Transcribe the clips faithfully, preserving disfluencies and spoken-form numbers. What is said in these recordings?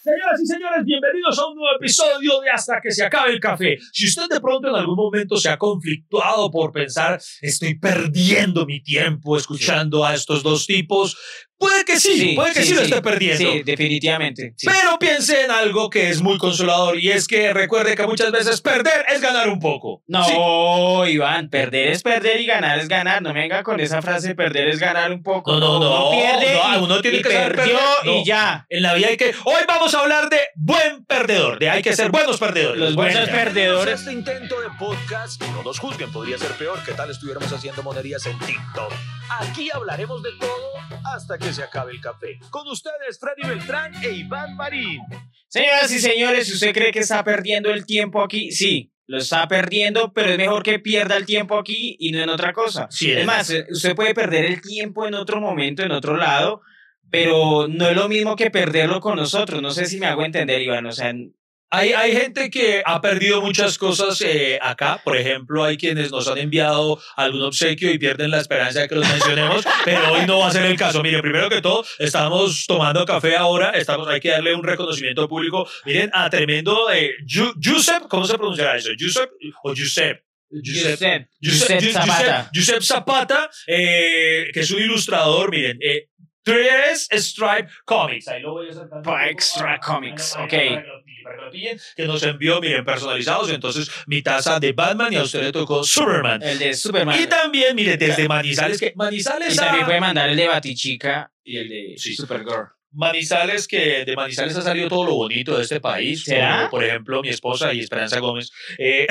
Señoras y señores, bienvenidos a un nuevo episodio de Hasta que se acabe el café. Si usted de pronto en algún momento se ha conflictuado por pensar, estoy perdiendo mi tiempo escuchando a estos dos tipos, puede que sí, sí puede que sí, sí lo sí, esté perdiendo. Sí, definitivamente. Sí. Pero piense en algo que es muy consolador y es que recuerde que muchas veces perder es ganar un poco. No, sí. Iván, perder es perder y ganar es ganar. No me venga con esa frase, perder es ganar un poco. No, no, no. Uno pierde no, y, uno tiene y que saber perdió perder. y ya. En la vida hay que... Hoy vamos a hablar de buen perdedor, de hay que ser buenos perdedores. Los buenos perdedores. Este intento de podcast, no nos juzguen, podría ser peor. ¿Qué tal estuviéramos haciendo monerías en TikTok? Aquí hablaremos de todo hasta que se acabe el café. Con ustedes, Freddy Beltrán e Iván Marín. Señoras y señores, si usted cree que está perdiendo el tiempo aquí, sí, lo está perdiendo, pero es mejor que pierda el tiempo aquí y no en otra cosa. Sí, es, es más, usted puede perder el tiempo en otro momento, en otro lado, pero no es lo mismo que perderlo con nosotros. No sé si me hago entender, Iván, o sea... Hay, hay gente que ha perdido muchas cosas eh, acá. Por ejemplo, hay quienes nos han enviado algún obsequio y pierden la esperanza de que los mencionemos, pero hoy no va a ser el caso. Mire, primero que todo, estamos tomando café ahora, estamos, hay que darle un reconocimiento público. Miren, a tremendo eh, Giuseppe, ¿cómo se pronunciará eso? ¿Giuseppe o Giuseppe? Giuseppe, Giuseppe, Giuseppe Zapata, Giuseppe Zapata eh, que es un ilustrador, miren, eh, tres Stripe Comics. Ahí lo voy a sacar. Extra Comics, ok. Para que lo pillen, que nos envió, miren, personalizados. Entonces, mi taza de Batman y a usted le tocó Superman. El de Superman. Y también, mire, desde Manizales, que Manizales. Y también puede mandar el de Batichica y el de sí. Supergirl. Manizales, que de Manizales ha salido todo lo bonito de este país. ¿Será? Como, por ejemplo, mi esposa y Esperanza Gómez. Eh,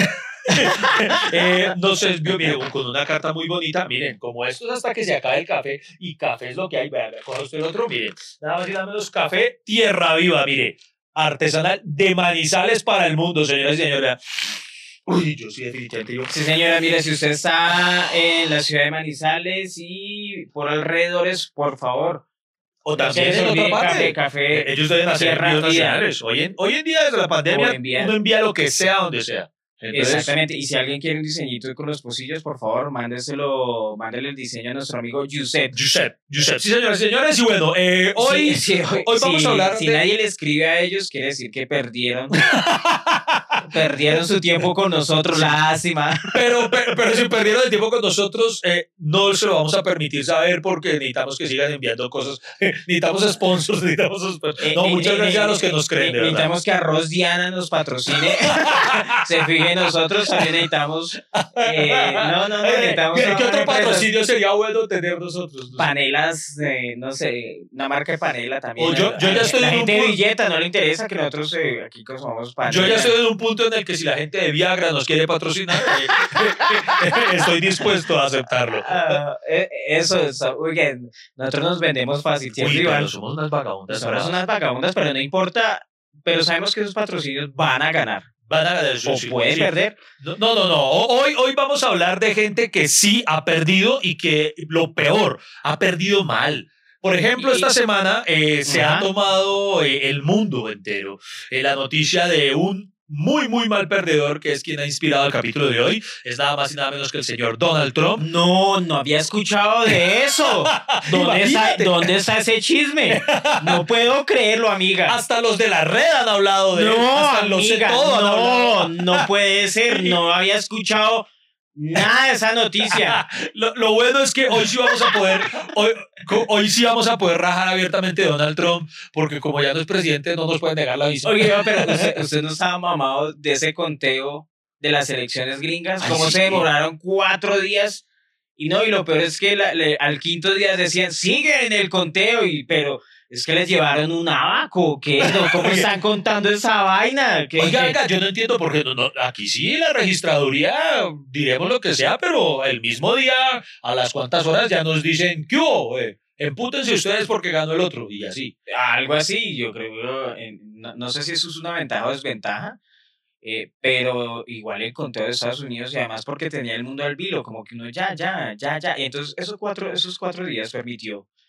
eh, nos envió, miren, con una carta muy bonita. Miren, como esto es hasta que se acabe el café, y café es lo que hay. Vean, coja usted el otro, miren. Nada más y nada menos, café Tierra Viva, mire. Artesanal de Manizales para el mundo, señoras y señores. Uy, yo sí, definitivamente. Yo... Sí, señora, mire, si usted está en la ciudad de Manizales y por alrededores, por favor. O también en otra parte. Café, café, ellos deben hacer envíos nacionales. Hoy en, hoy en día, desde la pandemia, uno envía lo que sea, donde sea. Entonces, exactamente, y si alguien quiere un diseñito con los pocillos, por favor, mándeselo, mándele el diseño a nuestro amigo Giuseppe. Giuseppe, Giuseppe. Sí, señores, señores, y bueno, eh, hoy, sí, sí, hoy, hoy vamos sí, a hablar si de... nadie le escribe a ellos, quiere decir que perdieron, perdieron su tiempo con nosotros, lástima. Pero, pero, pero si perdieron el tiempo con nosotros, eh, no se lo vamos a permitir saber porque necesitamos que sigan enviando cosas, necesitamos sponsors, necesitamos sponsors. No, eh, muchas eh, gracias eh, a los que nos creen, de verdad. Necesitamos que Arroz Diana nos patrocine, se fije en nosotros, también necesitamos, eh, no, no, no, necesitamos... ¿Qué, ¿qué otro patrocinio sería bueno tener nosotros? Panelas, eh, no sé, una marca de panela también. O yo, yo ya estoy la en gente un de punto, Villeta no le interesa que nosotros eh, aquí consumamos panela. Yo ya estoy en un punto en el que si la gente de Viagra nos quiere patrocinar, eh, estoy dispuesto a aceptarlo. Uh, eso es, oigan, nosotros nos vendemos fácil. Uy, pero somos unas vagabundas. Somos unas vagabundas, pero no importa, pero sabemos que esos patrocinios van a ganar. Van a ganar. O sí, pueden sí. perder. No, no, no, no. Hoy, hoy vamos a hablar de gente que sí ha perdido y que lo peor, ha perdido mal. Por ejemplo, esta semana eh, se ha tomado eh, el mundo entero eh, la noticia de un muy, muy mal perdedor, que es quien ha inspirado el capítulo de hoy. Es nada más y nada menos que el señor Donald Trump. No, no había escuchado de eso. ¿Dónde, está, ¿Dónde está ese chisme? No puedo creerlo, amiga. Hasta los de la red han hablado de no, él. Hasta amiga, los de todo no, han hablado. No puede ser. No había escuchado nada de esa noticia. lo, lo bueno es que hoy sí vamos a poder hoy, hoy sí vamos a poder rajar abiertamente de Donald Trump, porque como ya no es presidente no nos puede negar la visa. Oye, pero usted, usted no estaba mamado de ese conteo de las elecciones gringas. Ay, cómo sí. se demoraron cuatro días y no, y lo peor es que la, le, al quinto día decían sigue en el conteo, y pero es que les llevaron un abaco. ¿Qué? ¿No? ¿Cómo están contando esa vaina? ¿Qué, Oiga, qué? oiga, yo no entiendo por qué no, no, aquí sí la registraduría, diremos lo que sea, pero el mismo día, a las cuantas horas ya nos dicen, ¿qué hubo? Eh? Empútense ustedes porque ganó el otro, y así. Algo así, yo creo, eh, no, no sé si eso es una ventaja o desventaja, eh, pero igual el conteo de Estados Unidos, y además porque tenía el mundo al vilo, como que uno ya, ya, ya, ya, y entonces esos cuatro, esos cuatro días permitió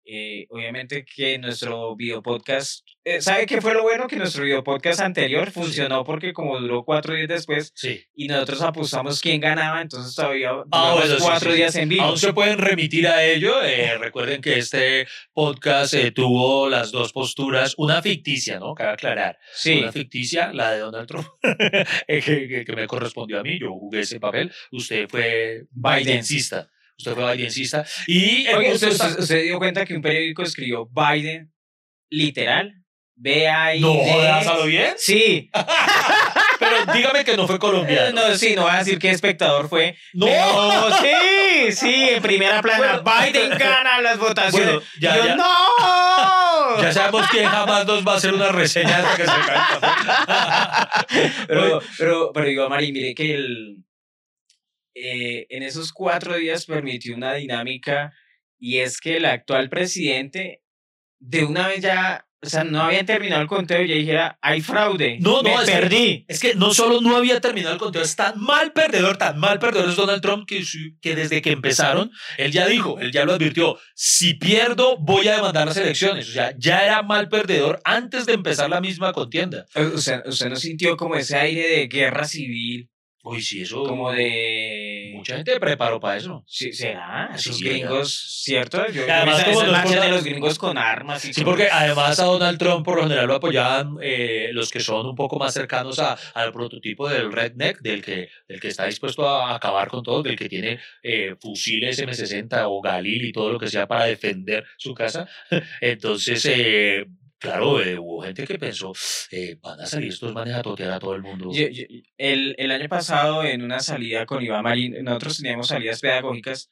Eh, obviamente que nuestro video podcast, eh, ¿sabe qué fue lo bueno? Que nuestro video podcast anterior funcionó porque como duró cuatro días después Sí. y nosotros apostamos quién ganaba, entonces todavía Ah, duramos bueno, sí, cuatro sí, sí. días en vivo. Aún se pueden remitir a ello. Eh, recuerden que este podcast eh, tuvo las dos posturas, una ficticia, ¿no? Cabe aclarar. Sí, Una ficticia, la de Donald Trump, eh, que, que- que me correspondió a mí. Yo jugué ese papel. Usted fue Biden. bidencista. Usted fue bidencista. Y el oye, punto ¿usted, está- usted, usted dio cuenta que un periódico escribió Biden, literal, B A I D. No jodas, ¿a lo bien? Sí. Pero dígame que no fue colombiano. No, sí, no voy a decir qué espectador fue. No. Pero sí, sí, en primera plana. Bueno, Biden gana las votaciones. Bueno, ya, Y yo, ya. ¡no! Ya sabemos quién jamás nos va a hacer una reseña hasta que se caiga. pero, pero, pero digo, Mari, mire que el, eh, en esos cuatro días permitió una dinámica y es que el actual presidente de una vez ya, o sea, no había terminado el conteo y ya dijera, hay fraude, No, no, me es que- perdí. Es que no solo no había terminado el conteo, es tan mal perdedor, tan mal perdedor es Donald Trump que, su- que desde que empezaron, él ya dijo, él ya lo advirtió, si pierdo voy a demandar las elecciones. O sea, ya era mal perdedor antes de empezar la misma contienda. O sea, ¿usted no sintió como ese aire de guerra civil? Uy, sí, eso... Como de... Mucha gente preparó para eso. Sí, ¿será? Esos Sí, gringos, ¿cierto? Yo, Y además, yo, como esas los marchas de porta- los gringos con armas. Y Sí, con- porque además a Donald Trump por lo general lo apoyaban eh, los que son un poco más cercanos a, al prototipo del redneck, del que, del que está dispuesto a acabar con todo, del que tiene eh, fusiles eme sesenta o Galil y todo lo que sea para defender su casa. Entonces, eh, claro, eh, hubo gente que pensó, eh, van a salir estos manes a totear a todo el mundo. Yo- yo- el, el año pasado, en una salida con Iván Marín, nosotros teníamos salidas pedagógicas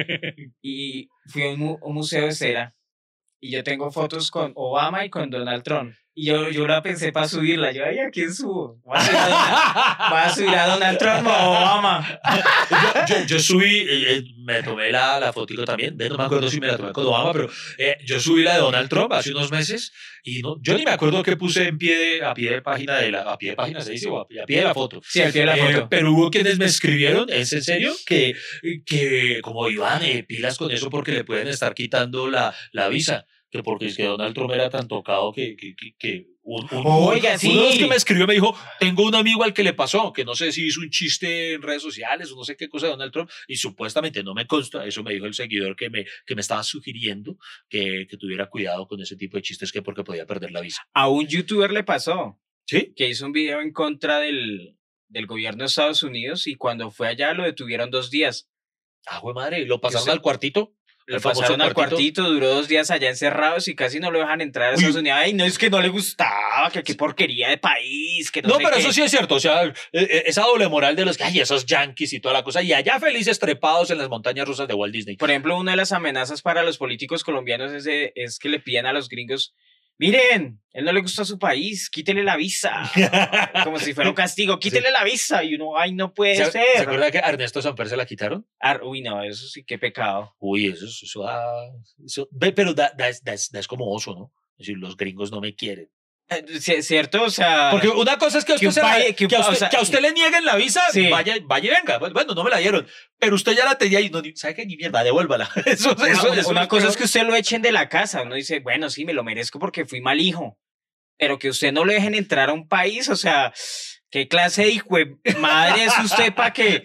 y fui a un, mu- un museo de cera y yo tengo fotos con Obama y con Donald Trump. Y yo, yo la pensé para subirla. Yo, ay, ¿a quién subo? ¿Voy a subir a Donald, voy a subir a Donald Trump o a Obama? yo, yo, yo subí, eh, eh, me tomé la, la fotico también, ve, no me acuerdo si me la tomé con Obama, pero eh, yo subí la de Donald Trump hace unos meses y no, yo ni me acuerdo qué puse en pie de, a pie de página de la, a pie de página se dice, o a, a pie de la foto. Sí, al pie de la Eh, foto. pero hubo quienes me escribieron, ¿es en serio? Que, que como Iván, eh, pilas con eso porque le pueden estar quitando la, la visa. Que porque es que Donald Trump era tan tocado que, que, que, que un, un, Oiga, uno sí. de los que me escribió me dijo, tengo un amigo al que le pasó, que no sé si hizo un chiste en redes sociales o no sé qué cosa de Donald Trump, y supuestamente no me consta, eso me dijo el seguidor que me, que me estaba sugiriendo que, que tuviera cuidado con ese tipo de chistes que porque podía perder la visa. A un youtuber le pasó ¿Sí? que hizo un video en contra del, del gobierno de Estados Unidos y cuando fue allá lo detuvieron dos días. Ah, güey, madre, ¿y lo pasaron Usted- al cuartito? Lo El famoso pasaron al cuartito. cuartito, duró dos días allá encerrados y casi no lo dejan entrar a Uy. Estados Unidos. Ay, no es que no le gustaba, que qué porquería de país, que no, No, sé pero qué. eso sí es cierto, o sea, eh, eh, esa doble moral de los que, ay, esos yankees y toda la cosa, y allá felices trepados en las montañas rusas de Walt Disney. Por ejemplo, una de las amenazas para los políticos colombianos es, de- es que le piden a los gringos, miren, él no le gusta su país, quítele la visa. Como si fuera un castigo, quítele la visa. Y uno, ay, no puede ¿Se, ¿Se ser. acuerda que a Ernesto Samper se la quitaron? Ar- Uy, no, eso sí, qué pecado. Uy, eso, eso, eso da, eso- ve, pero da, da, es- da es- da es como oso, ¿no? Es decir, los gringos no me quieren. Eh, ci- ¿Cierto? O sea... Porque una cosa es que a que usted, un se la- país- que un que a pa- o usted, sea, que a usted le nieguen la visa, Sí. vaya, vaya y venga. Bueno, no me la dieron, pero usted ya la tenía y no, ni- ¿sabe qué? Ni mierda, devuélvala. Eso, Una, eso, una- eso una es cosa peor. es que usted lo echen de la casa. Uno dice, bueno, sí, me lo merezco porque fui mal hijo. Pero que usted no le dejen entrar a un país, o sea, ¿qué clase de hijo de madre es usted para que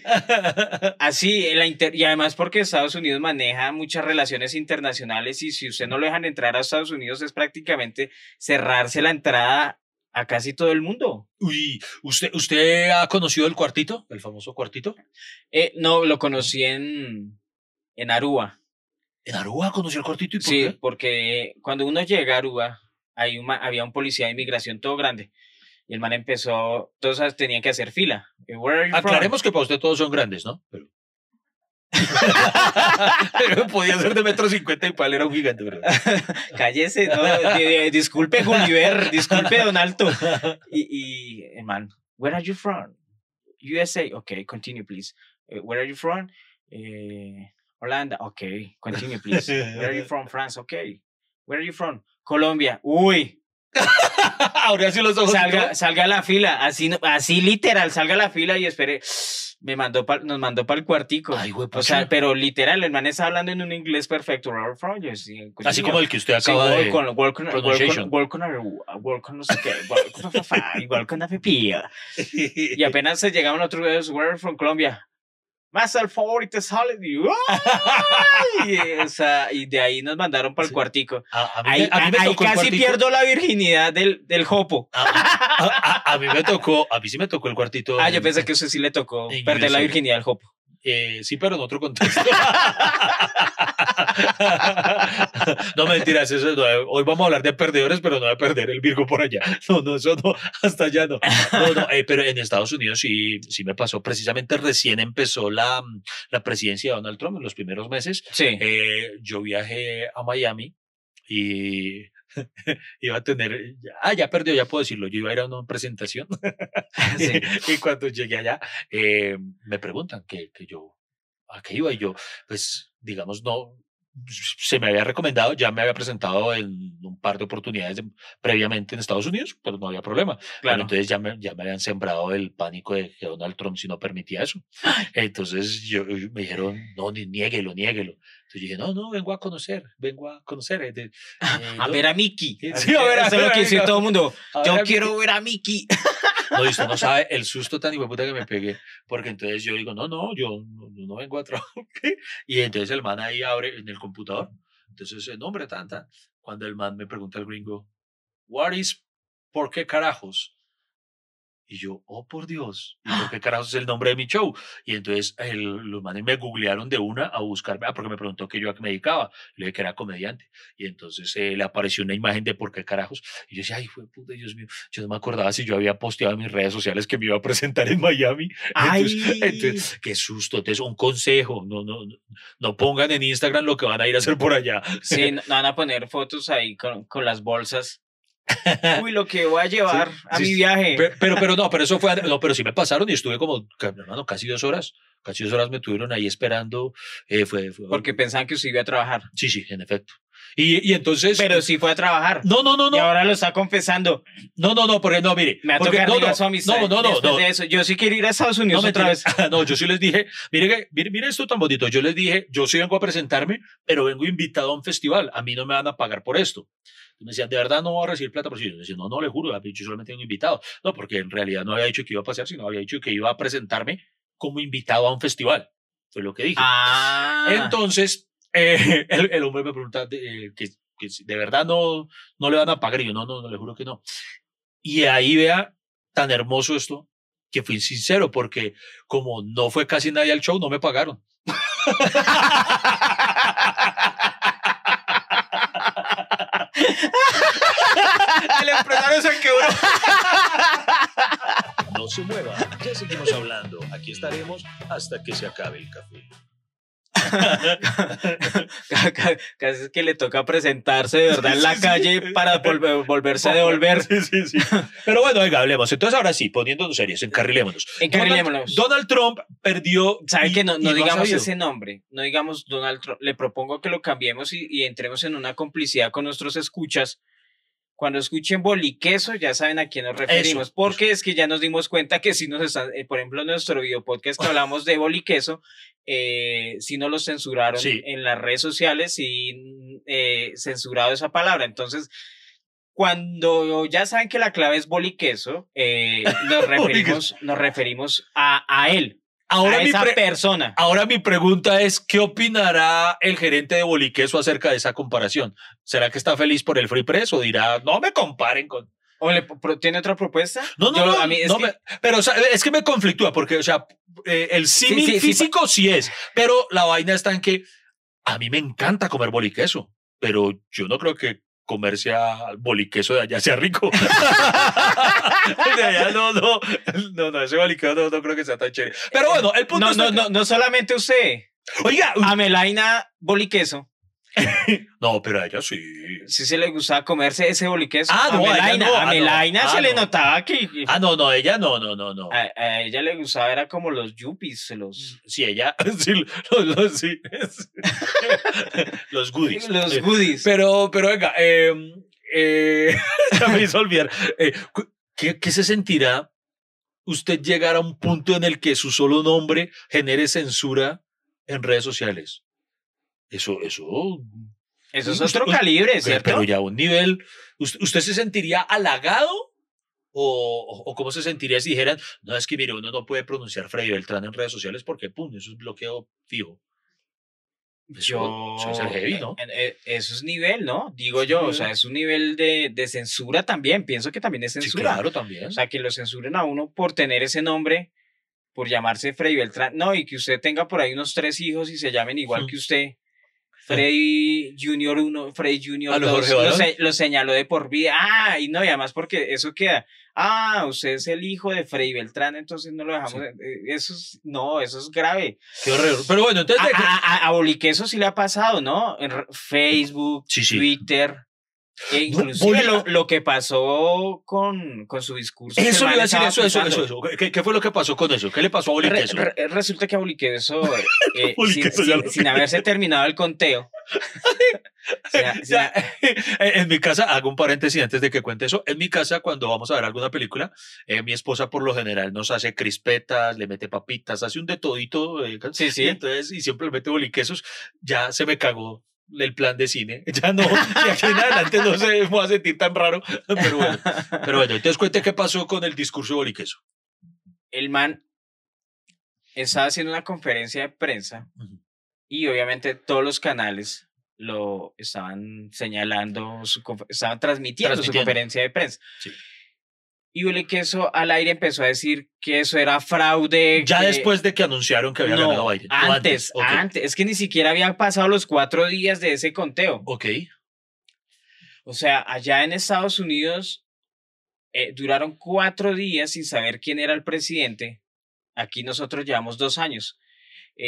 así, en la inter- y además porque Estados Unidos maneja muchas relaciones internacionales y si usted no lo dejan entrar a Estados Unidos es prácticamente cerrarse la entrada a casi todo el mundo. Uy, ¿usted, ¿usted ha conocido el cuartito? El famoso cuartito. Eh, no, lo conocí en, en Aruba. ¿En Aruba conoció el cuartito y por Sí, qué? porque cuando uno llega a Aruba, hay un ma- había un policía de inmigración todo grande. Y el man empezó, todos tenían que hacer fila. Eh, Where are you from? Aclaremos que para usted todos son grandes, ¿no? Pero, pero podía ser de metro cincuenta y para él era un gigante, ¿verdad? Cállese, no, di- di- disculpe Gulliver, disculpe Don Alto. Y, y el man, where are you from? U S A, okay, continue please. Eh, where are you from? Eh, Holanda, okay, continue please. Where are you from? France, okay. Where are you from? Colombia, uy. Ahora sí los ojos. Salga, salga a la fila, así, no- así literal, salga a la fila y espere. Me mandó pa- nos mandó para el cuartico. Ay, güey, o sea, pero literal, el man está hablando en un inglés perfecto. Así como el que usted Sí, acaba de... con, con, con, pronunciation. con, con, con, con no sé qué, con, con, igual con la pipilla. Y apenas se llegaban otros videos, we're from Colombia. Más al favor y te sale. Y, ¡ay! o sea, y de ahí nos mandaron para el Sí. cuartico. A, a mí, Ahí, me- a mí me ahí tocó el casi cuartico. pierdo la virginidad del, del jopo. A, a- a- a mí me tocó, a mí sí me tocó el cuartito. Ah, en- yo pensé que a usted sí le tocó en perder la U S A. virginidad del jopo. Eh, sí, pero en otro contexto. No, mentiras, eso no. Hoy vamos a hablar de perdedores, pero no de perder el Virgo por allá. No, no, eso no, hasta allá no. No, no, eh, pero en Estados Unidos sí, sí me pasó. Precisamente recién empezó la, la presidencia de Donald Trump en los primeros meses. Sí. Eh, yo viajé a Miami y iba a tener, ah, ya perdió, ya puedo decirlo, yo iba a ir a una presentación sí. y cuando llegué allá eh, me preguntan que, que yo, ¿a qué iba? Y yo, pues, digamos, no, se me había recomendado, ya me había presentado en un par de oportunidades de- previamente en Estados Unidos, pero no había problema. Pero Claro. entonces ya me, ya me habían sembrado el pánico de que Donald Trump si no permitía eso. Entonces yo, me dijeron, no, ni, niéguelo, niéguelo. Entonces yo dije, no, no, vengo a conocer, vengo a conocer. eh, de- eh, A no- ver a Mickey. Sí, a ver a- Eso es lo que dice todo el mundo. a ver Yo a quiero Mickey. ver a Mickey. No, y usted no sabe el susto tan hijueputa que me pegué, porque entonces yo digo, no, no, yo no, no vengo a trabajar. Y entonces el man ahí abre en el computador, entonces el nombre tanta, cuando el man me pregunta al gringo, what is, ¿por qué carajos? Y yo, oh, por Dios, ¿y por qué carajos es el nombre de mi show? Y entonces el, los manes me googlearon de una a buscarme, ah, porque me preguntó que yo a qué me dedicaba. Le dije que era comediante. Y entonces eh, le apareció una imagen de por qué carajos. Y yo decía, ay, fue puta, Dios mío. Yo no me acordaba si yo había posteado en mis redes sociales que me iba a presentar en Miami. Ay. Entonces, entonces, qué susto. Entonces, un consejo, no, no, no, no pongan en Instagram lo que van a ir a hacer por allá. Sí, no, no van a poner fotos ahí con, con las bolsas. Uy, lo que voy a llevar Sí, a sí, mi sí. viaje. Pero, pero, pero no, pero eso fue, no, pero sí me pasaron y estuve como, ca- hermano, casi dos horas, casi dos horas me tuvieron ahí esperando, eh, fue, fue, Porque pensaban que usted iba a trabajar. sí, sí, en efecto. Y, y entonces, Pero sí fue a trabajar. no, no, no, Y no, ahora lo está confesando. no, no, no, porque no, mire, Me va a porque, tocar no, negar no, su amistad. no, no, no, después no, de eso. Yo sí quiero ir a Estados no, Unidos otra vez. mentira. No, yo sí les dije, mire, que- mire, mire, mire esto tan bonito, yo les dije, yo sí vengo a presentarme, pero vengo invitado a un festival, a mí no me van a pagar por esto. Me decían, ¿de verdad no voy a recibir plata por eso? Yo decía, no, no, le juro, yo solamente tengo invitado. No, porque en realidad no había dicho que iba a pasar, sino había dicho que iba a presentarme como invitado a un festival. Fue lo que dije. Ah. Entonces, eh, el, el hombre me pregunta de, eh, que, que si de verdad no, no le van a pagar. Y yo, no, no, no, le juro que no. Y ahí vea tan hermoso esto, que fui sincero, porque como no fue casi nadie al show, no me pagaron. El empresario se quebró. No se mueva, ya seguimos hablando. Aquí estaremos hasta que se acabe el café. Casi es que le toca presentarse de verdad Sí, en la sí, calle sí. para volver- volverse a devolver. Sí, sí, sí. Pero bueno, venga, hablemos. Entonces, ahora sí, poniéndonos serios, encarrilémonos. Encarrilémonos. Donald, Donald Trump perdió. ¿Sabe y- que no, y no ha digamos sabido. ese nombre? No digamos Donald Trump. Le propongo que lo cambiemos y, y entremos en una complicidad con nuestros escuchas. Cuando escuchen boliqueso, ya saben a quién nos referimos. Eso, porque es que ya nos dimos cuenta que si nos están, eh, por ejemplo, en nuestro video podcast que hablamos de boliqueso, eh, si nos lo censuraron Sí. en las redes sociales y eh, censurado esa palabra. Entonces, cuando ya saben que la clave es boliqueso, eh, nos referimos, nos referimos a, a él, Ahora a mi, esa pre- persona. ahora mi pregunta es: ¿qué opinará el gerente de Boliqueso acerca de esa comparación? ¿Será que está feliz por el Free Press o dirá, no me comparen con. ¿O le, pro- ¿Tiene otra propuesta? No, no, Yo- no, a mí es no que- me- pero o sea, es que me conflictúa porque, o sea, eh, el símil sí, sí, físico sí es, pero la vaina está en que a mí me encanta comer boliqueso, pero yo no creo que comerse a boliqueso de allá sea rico. De allá no, no, no, no, ese boliqueso no, no creo que sea tan chévere. Pero bueno, el punto no, es no, que- no, no solamente usted. Oiga, Amelaina Boliqueso. no, pero a ella sí. Sí se le gustaba comerse ese boliqueso. Ah, no, a ella Amelaina, no, ah, no. Amelaina Ah, se le no. notaba que Ah, no, no, ella no, no, no, no. a, a ella le gustaba, era como los yuppies, los, Sí, ella, sí, los, los, sí, los goodies. los Sí. goodies. Pero, pero venga, eh, Eh, ya me hizo olvidar. Eh, ¿qué, ¿Qué se sentirá usted llegar a un punto en el que su solo nombre genere censura en redes sociales? Eso, eso. Eso es usted- otro calibre, usted- ¿cierto? Pero ya a un nivel. ¿Usted, usted se sentiría halagado? O, o, o cómo se sentiría si dijeran, no, es que mire, uno no puede pronunciar Freddy Beltrán en redes sociales porque, pum, eso es bloqueo fijo. Eso, Yo, eso es heavy, ¿no? eh, eh, eso es nivel, ¿no? Digo yo, o sea, es un nivel de, de censura también, pienso que también es Sí, censura. claro, también. O sea, que lo censuren a uno por tener ese nombre, por llamarse Freddy Beltrán, no, y que usted tenga por ahí unos tres hijos y se llamen igual Mm. que usted. Freddy Junior uno, Freddy Junior ¿A lo dos, Jorge lo, Barón? se- lo señaló de por vida. Ah, y no, y además porque eso queda. Ah, usted es el hijo de Freddy Beltrán, entonces no lo dejamos. Sí. eh, Eso es, no, eso es grave. Qué horror. Pero bueno, entonces. A, de que- a, a, a Boliqueso sí le ha pasado, ¿no? En re- Facebook, Sí, sí. Twitter. E No, inclusive Boli- lo, lo que pasó con, con su discurso. que el Eso le man iba a decir, estaba eso, eso, acusando. eso, eso. ¿Qué, ¿Qué fue lo que pasó con eso? ¿Qué le pasó a Re- Boliqueso? re- resulta que a Boliqueso, eh, Boliqueso sin, ya sin- lo sin haberse terminado el conteo. sin ha- sin Ya, ha- en mi casa, hago un paréntesis antes de que cuente eso. En mi casa, cuando vamos a ver alguna película, eh, mi esposa por lo general nos hace crispetas, le mete papitas, hace un de todito. eh, Sí, sí. Y entonces, y siempre le mete boliquesos. Ya se me cagó el plan de cine. Ya no, de aquí en adelante no se me va a sentir tan raro. Pero bueno, pero bueno, entonces cuente qué pasó con el discurso de boliqueso. el man estaba haciendo una conferencia de prensa Ujú. y obviamente todos los canales lo estaban señalando, su conf- estaban transmitiendo, su Transmitiendo. conferencia de prensa. Sí. Y Boliqueso al aire empezó a decir que eso era fraude. Ya que- después de que anunciaron que había no, ganado Biden. ¿O antes, Ok. antes. Es que ni siquiera habían pasado los cuatro días de ese conteo. Ok. O sea, allá en Estados Unidos eh, duraron cuatro días sin saber quién era el presidente. Aquí nosotros llevamos dos años. Eh,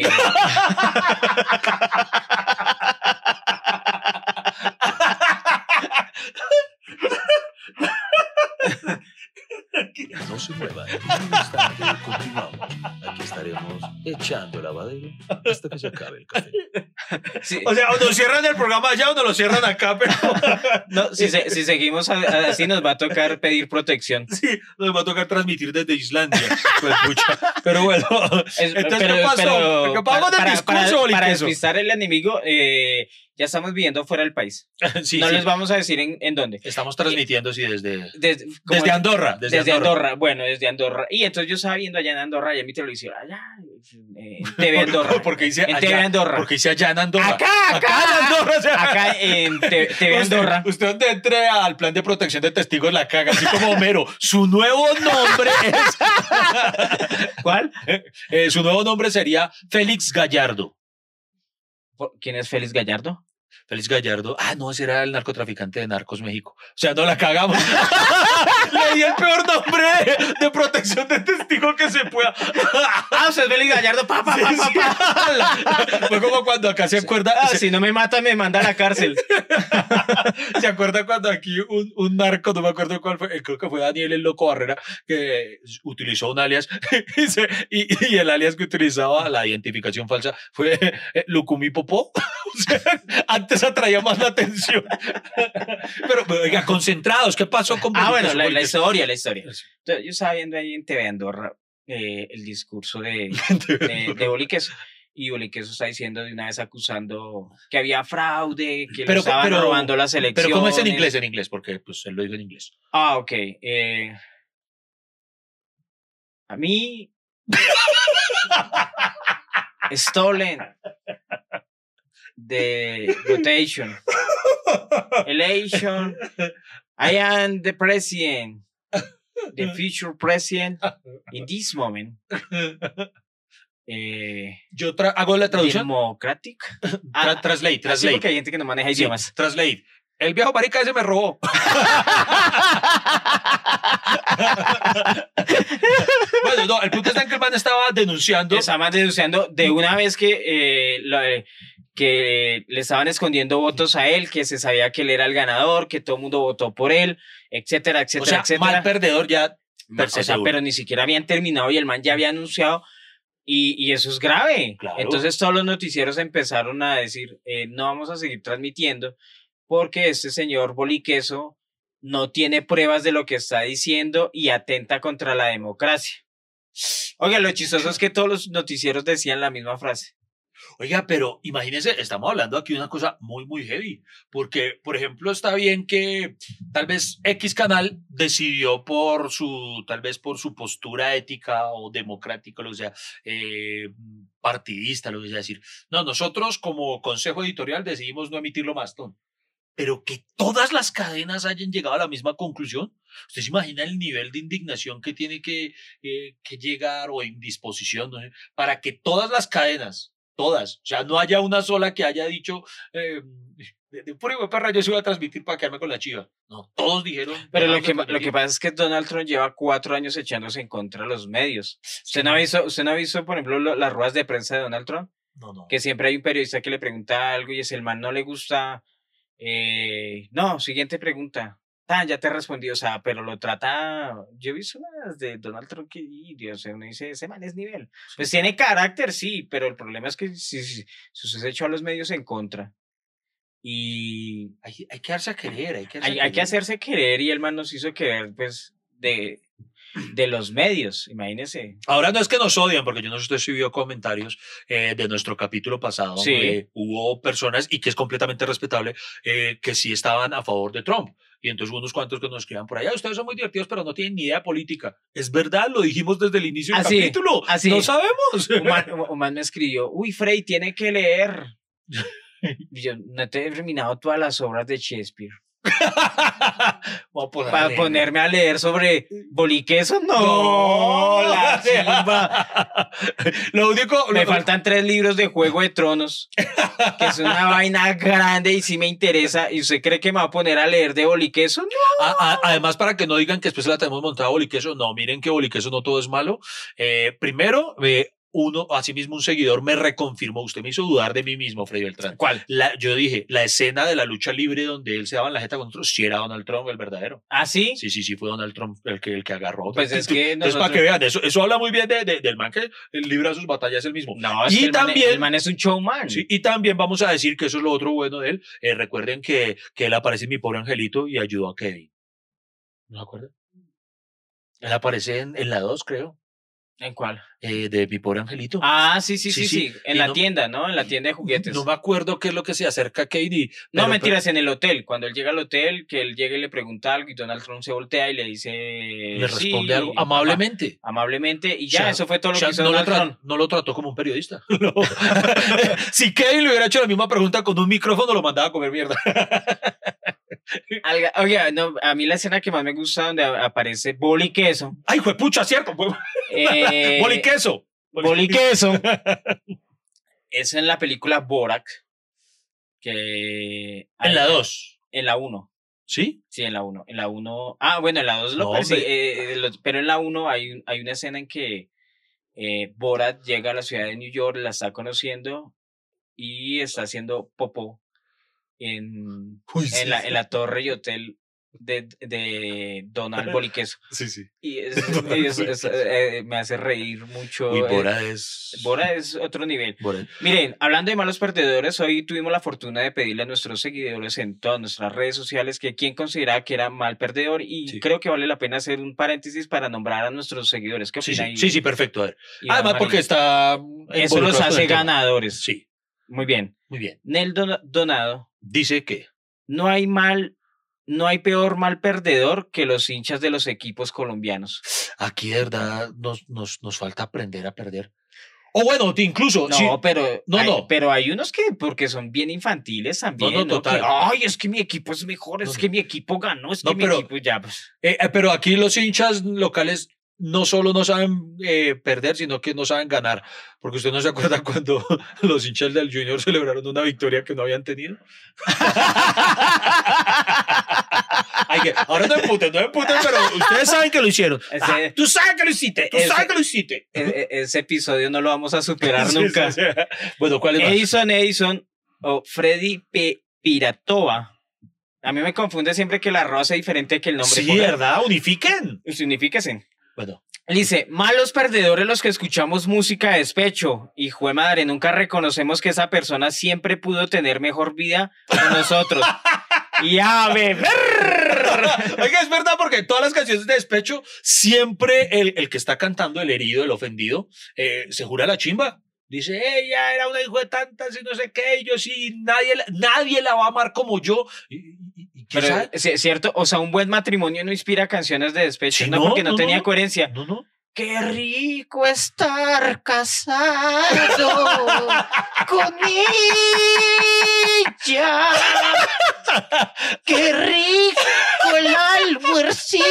No se muevan. En un instante continuamos. Aquí estaremos echando lavadero hasta que se acabe el café. sí, O sea, o nos cierran el programa allá o nos lo cierran acá, pero no, si, se- si seguimos a- a- así nos va a tocar pedir protección. sí, nos va a tocar transmitir desde Islandia. Pues, pucha. Pero bueno, Es- entonces, pero- ¿qué pasó? pero ¿Qué pasó con el para, discurso, para, para Boliqueso? despistar al enemigo, eh, ya estamos viviendo fuera del país. Sí, no sí. les vamos a decir en, en dónde. Estamos transmitiendo, sí, desde, Desde, como- desde Andorra. Desde, Desde Andorra. Andorra. bueno, desde Andorra. Y entonces yo estaba viendo allá en Andorra, allá en mi televisión, allá, eh, en T V Andorra. Porque dice en T V allá, Andorra. porque dice allá en Andorra. Acá, acá, Acá en Andorra. O sea, acá en T- TV Andorra. Usted, usted donde entre al plan de protección de testigos la caga, así como Homero. Su nuevo nombre es... ¿Cuál? eh, su nuevo nombre sería Félix Gallardo. ¿Quién es Félix Gallardo? Félix Gallardo. Ah, no, ese era el narcotraficante de Narcos México. O sea, no la cagamos. Le di el peor nombre de, de protección de testigo que se pueda. Ah, usted es Félix Gallardo, pa, pa, pa, pa, pa. Fue como cuando acá se acuerda. Ah, se, si no me mata, me manda a la cárcel. ¿Se acuerda cuando aquí un, un narco, no me acuerdo cuál fue, creo que fue Daniel el Loco Barrera, que utilizó un alias y, se- y- y el alias que utilizaba, la identificación falsa, fue eh, Lucumí Popó? O sea, antes atraía más la atención. Pero, oiga, concentrados, ¿qué pasó con Ah, Boliqueso? bueno, la, la Boliqueso? historia, la historia. Entonces, yo estaba viendo ahí en T V Andorra eh, el discurso de, de, de Boliqueso. Y Boliqueso está diciendo de una vez acusando que había fraude, que le Pero- estaban pero- robando las elecciones. Pero ¿cómo es en inglés? En inglés, porque pues, él lo dijo en inglés. Ah, ok. Eh, a mí. Stolen. The rotation. Elation. I am the president. The future president. In this moment. Eh, Yo tra- hago la traducción. democratic. Tra- Ah, translate, Así translate. porque hay gente que no maneja Sí, idiomas. translate. El viejo marica ese me robó. Bueno, no, el punto está en que el man estaba denunciando. Estaban denunciando de una vez que, eh, lo- eh, que le estaban escondiendo votos a él, que se sabía que él era el ganador, que todo el mundo votó por él, etcétera, etcétera, O sea, etcétera. mal perdedor ya. Ma- per se o sea, seguro. pero ni siquiera habían terminado y el man ya había anunciado. Y, y eso es grave. Claro. Entonces todos los noticieros empezaron a decir, eh, no vamos a seguir transmitiendo. porque este señor Boliqueso no tiene pruebas de lo que está diciendo y atenta contra la democracia. Oiga, lo chistoso es que todos los noticieros decían la misma frase. Oiga, pero imagínense, estamos hablando aquí de una cosa muy, muy heavy, porque, por ejemplo, está bien que tal vez X canal decidió por su, tal vez por su postura ética o democrática, o sea, eh, partidista, lo que sea decir. No, nosotros como consejo editorial decidimos no emitirlo más, ¿no? Pero que todas las cadenas hayan llegado a la misma conclusión. ¿Usted se imagina el nivel de indignación que tiene que, eh, que llegar o indisposición, no sé, para que todas las cadenas, todas, o sea, no haya una sola que haya dicho, eh, de, de pura hijo de perra, yo se iba a transmitir para quedarme con la chiva? No, todos dijeron. Pero lo que, lo que pasa es que Donald Trump lleva cuatro años echándose en contra de los medios. ¿Usted no ha visto, usted no ha visto por ejemplo, lo, las ruedas de prensa de Donald Trump? No, no. Que siempre hay un periodista que le pregunta algo y ese el man no le gusta. Eh, no, siguiente pregunta. Tan, ya te respondí, o sea, pero lo trata. Yo he visto unas de Donald Trump que, y Dios, uno dice, ese man es nivel. Pues tiene carácter, sí, pero el problema es que si, si, si usted se echó a los medios en contra y hay, hay que darse a querer, hay que, hay, hay que hacerse querer y el man nos hizo querer, pues, de. De los medios, imagínese. Ahora no es que nos odian, porque yo no sé si usted subió comentarios eh, de nuestro capítulo pasado. Sí. Eh, hubo personas, y que es completamente respetable, eh, que sí estaban a favor de Trump. Y entonces unos cuantos que nos escriban por allá, ustedes son muy divertidos, pero no tienen ni idea política. Es verdad, lo dijimos desde el inicio del así, capítulo. Así. No sabemos. Un man, un man me escribió, uy, Frey, tiene que leer. Y yo no te he terminado todas las obras de Shakespeare. Para leer. ponerme a leer sobre Boliqueso, no, no la chimba. Lo único, me lo, faltan tres libros de Juego de Tronos, que es una vaina grande y sí me interesa. ¿Y usted cree que me va a poner a leer de Boliqueso? No. A, a, además, para que no digan que después se la tenemos montada a Boliqueso, no, miren que Boliqueso no todo es malo. Eh, primero, eh, uno, asimismo un seguidor me reconfirmó, usted me hizo dudar de mí mismo, Freddy Beltrán. ¿Cuál? La, yo dije, la escena de la lucha libre donde él se daba en la jeta con otros, sí era Donald Trump el verdadero. ¿Ah, sí? Sí, sí, sí, fue Donald Trump el que, el que agarró. Pues es que Entonces, nosotros... para que vean, eso, eso habla muy bien de, de, del man que libra sus batallas él mismo. No, es y que el, también, man, el man es un showman. Sí, y también vamos a decir que eso es lo otro bueno de él. Eh, recuerden que, que él aparece en Mi Pobre Angelito y ayudó a Kevin. ¿No se acuerdan? Él aparece en, en la dos, creo. ¿En cuál? Eh, de Mi Pobre Angelito. Ah, sí, sí, sí, sí. sí. En y la no, tienda, ¿no? En la tienda de juguetes. No me acuerdo qué es lo que se acerca a Katie. No, pero, mentiras, pero... en el hotel. Cuando él llega al hotel, que él llega y le pregunta algo y Donald Trump se voltea y le dice... Le responde sí, algo amablemente. Ama amablemente. Y ya, o sea, eso fue todo lo o sea, que hizo no Donald lo Trump. No lo trató como un periodista. No. Si Katie le hubiera hecho la misma pregunta con un micrófono, lo mandaba a comer mierda. Alga, oye, no, a mí la escena que más me gusta donde aparece Boliqueso. ¡Ay, juepucha, cierto! Eh, Boliqueso. Boliqueso. Es en la película Borat. Que en la dos. En la uno. ¿Sí? Sí, en la uno. En la uno. Ah, bueno, en la dos lo no, sí, eh, lo, pero en la uno hay, hay una escena en que eh, Borat llega a la ciudad de New York, la está conociendo y está haciendo popó en, Uy, sí. en, la, en la torre y hotel de, de Donald Boliqueso. Sí, sí. Y es, es, es, eh, me hace reír mucho. Uy, Bora eh, es... Bora es otro nivel. Bora. Miren, hablando de malos perdedores, hoy tuvimos la fortuna de pedirle a nuestros seguidores en todas nuestras redes sociales que quién consideraba que era mal perdedor y sí. creo que vale la pena hacer un paréntesis para nombrar a nuestros seguidores. ¿Qué opina? Sí, sí, sí, sí, perfecto. A ver. Además, María, porque está... Eso los hace ganadores. Sí. Muy bien. Muy bien. Nel Don Donado dice que no hay mal, no hay peor mal perdedor que los hinchas de los equipos colombianos. Aquí de verdad nos, nos, nos falta aprender a perder. O bueno, incluso. No, sí. pero, no, hay, no. pero hay unos que porque son bien infantiles también. No, no, total. Que, ay, es que mi equipo es mejor, es no, que no. mi equipo ganó, es que no, mi pero, equipo ya. Pues. Eh, pero aquí los hinchas locales no solo no saben eh, perder, sino que no saben ganar. Porque usted no se acuerda cuando los hinchas del Junior celebraron una victoria que no habían tenido. Ay, que, ahora no emputen, no emputen, pero ustedes saben que lo hicieron. Ese, ah, tú sabes que lo hiciste, tú ese, sabes que lo hiciste. Ese, ese episodio no lo vamos a superar sí, nunca. Sí, sí. Bueno, ¿cuál es más? Edison, Edison o Freddy P. Piratova. A mí me confunde siempre que la rosa es diferente que el nombre. Sí, ¿verdad? Unifiquen. Unifíquense. Bueno. Dice, malos perdedores los que escuchamos música de despecho. Hijo de madre, nunca reconocemos que esa persona siempre pudo tener mejor vida que nosotros. y a beber. Oiga, es verdad, porque en todas las canciones de despecho, siempre el, el que está cantando, el herido, el ofendido, eh, se jura la chimba. Dice, ella era una hijo de tantas y no sé qué, y yo sí, nadie, la- nadie la va a amar como yo. ¿Y, y- y qué Pero sabe? es cierto, o sea, un buen matrimonio no inspira canciones de despecho, Sí, no, no, porque no, no, tenía no. coherencia. No, no. Qué rico estar casado con ella. Qué rico el almuercito.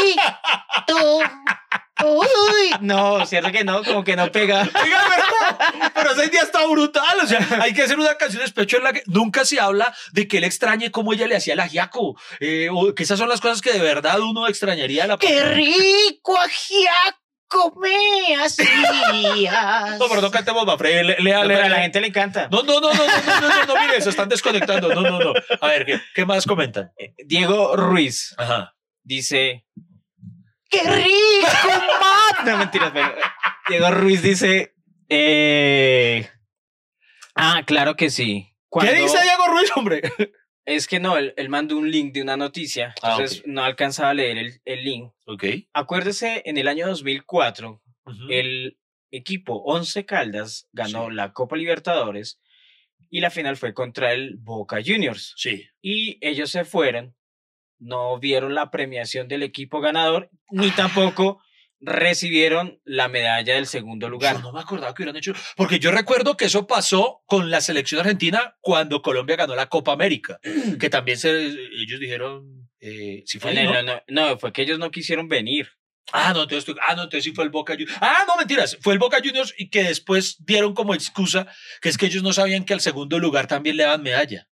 Uy, no, cierto que no, como que no pega. Oiga, pero, pero ese día está brutal. O sea, hay que hacer una canción de despecho en la que nunca se habla de que él extrañe cómo ella le hacía el ajiaco. Eh, o que esas son las cosas que de verdad uno extrañaría a la Qué rico ajiaco me hacías. No, pero no cantemos Mafre, le, lea, No, lea, pero a la lea. gente le encanta. No, no, no, no, no, no, no, no, no, mire, se están desconectando. No, no, no. A ver, ¿qué, qué más comentan? Diego Ruiz Ajá. dice: ¡Qué rico, man! No, mentiras, pero Diego Ruiz dice: eh... Ah, claro que sí. Cuando... ¿Qué dice Diego Ruiz, hombre? Es que no, él, él mandó un link de una noticia, Ah, entonces ok. no alcanzaba a leer el, el link. Ok. Acuérdese, en el año dos mil cuatro, Ujú. el equipo Once Caldas ganó Sí. la Copa Libertadores y la final fue contra el Boca Juniors. Sí. Y ellos se fueron, no vieron la premiación del equipo ganador, ni tampoco recibieron la medalla del segundo lugar. Yo no me acordaba que hubieran hecho. Porque yo recuerdo que eso pasó con la selección argentina cuando Colombia ganó la Copa América. Que también se, ellos dijeron. Eh, ¿sí fue En ahí, el- no? no, no, fue que ellos no quisieron venir. Ah, no, entonces, tú- ah, no, entonces sí fue el Boca Juniors. Ah, no, mentiras. Fue el Boca Juniors y que después dieron como excusa que es que ellos no sabían que al segundo lugar también le daban medalla.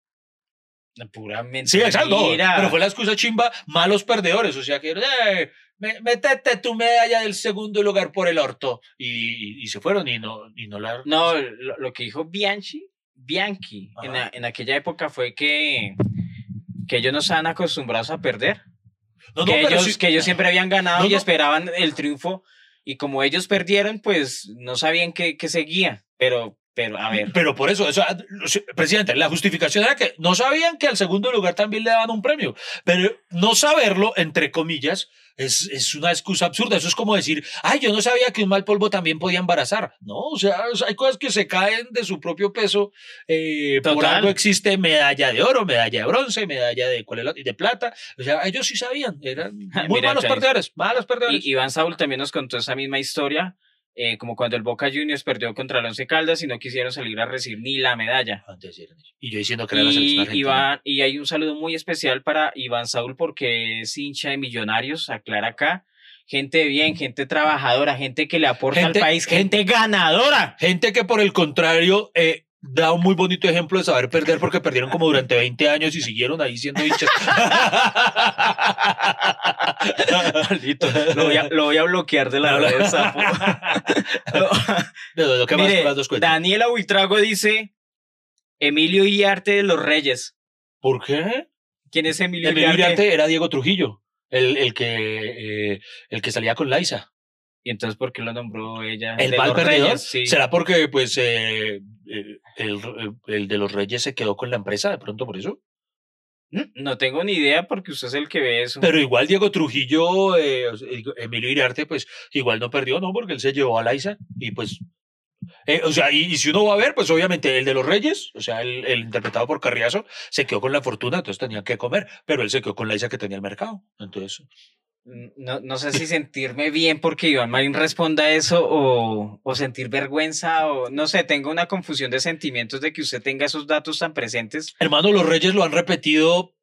Puramente. Sí, exacto. no, Mentira. pero fue la excusa chimba, malos perdedores. O sea que, eh, me- métete tu medalla del segundo lugar por el orto. Y, y se fueron y no, y no la. No, lo, lo que dijo Bianchi, Bianchi, en, Ajá. la- en aquella época fue que, que ellos no estaban acostumbrados a perder. No, no, que, pero ellos, sí- que ellos siempre habían ganado No, y no. esperaban el triunfo. Y como ellos perdieron, pues no sabían qué, qué seguía. Pero, pero, a ver. Pero por eso, o sea, presidente, la justificación era que no sabían que al segundo lugar también le daban un premio. Pero no saberlo, entre comillas, es, es una excusa absurda. Eso es como decir, ay, yo no sabía que un mal polvo también podía embarazar. No, o sea, o sea, hay cosas que se caen de su propio peso. Eh, por Total. algo existe medalla de oro, medalla de bronce, medalla de, ¿cuál es la- de plata. O sea, ellos sí sabían. Eran muy Mira, malos Chay. perdedores, malos perdedores. Y Iván Saúl también nos contó esa misma historia, eh, como cuando el Boca Juniors perdió contra el Once Caldas y no quisieron salir a recibir ni la medalla. Antes eran ellos. Y yo diciendo que era la selección Y, argentina. Iván, y hay un saludo muy especial para Iván Saúl porque es hincha de Millonarios, aclara acá. Gente de bien, gente trabajadora, gente que le aporta Gente- al país, gente, ganadora. Gente que por el contrario eh, da un muy bonito ejemplo de saber perder porque perdieron como durante veinte años y siguieron ahí siendo hinchas. Maldito, lo voy a, lo voy a bloquear de la red, sapo. No, no, no, ¿qué más? Mire, ¿Qué más nos cuentan? Daniela Buitrago dice Emilio Iriarte de los Reyes. ¿Por qué? ¿Quién es Emilio, Emilio Iriarte? Iriarte era Diego Trujillo, el, el, que, eh, el que salía con Laisa. Y entonces, ¿por qué lo nombró ella? El De mal los perdedor. Reyes, sí. ¿Será porque pues eh, eh, el, el de los Reyes se quedó con la empresa de pronto por eso? Mm, No tengo ni idea porque usted es el que ve eso. Pero igual Diego Trujillo, eh, o sea, Emilio Iriarte, pues igual no perdió, ¿no? Porque él se llevó a Laisa y pues... eh, o sea, y, y si uno va a ver, pues obviamente el de los Reyes, o sea, el, el interpretado por Carriazo, se quedó con la fortuna, entonces tenía que comer, pero él se quedó con Laisa que tenía el mercado. Entonces, No, no sé si sentirme bien porque Iván Marín responda eso o, o sentir vergüenza o no sé, tengo una confusión de sentimientos de que usted tenga esos datos tan presentes. hermano, los Reyes lo han repetido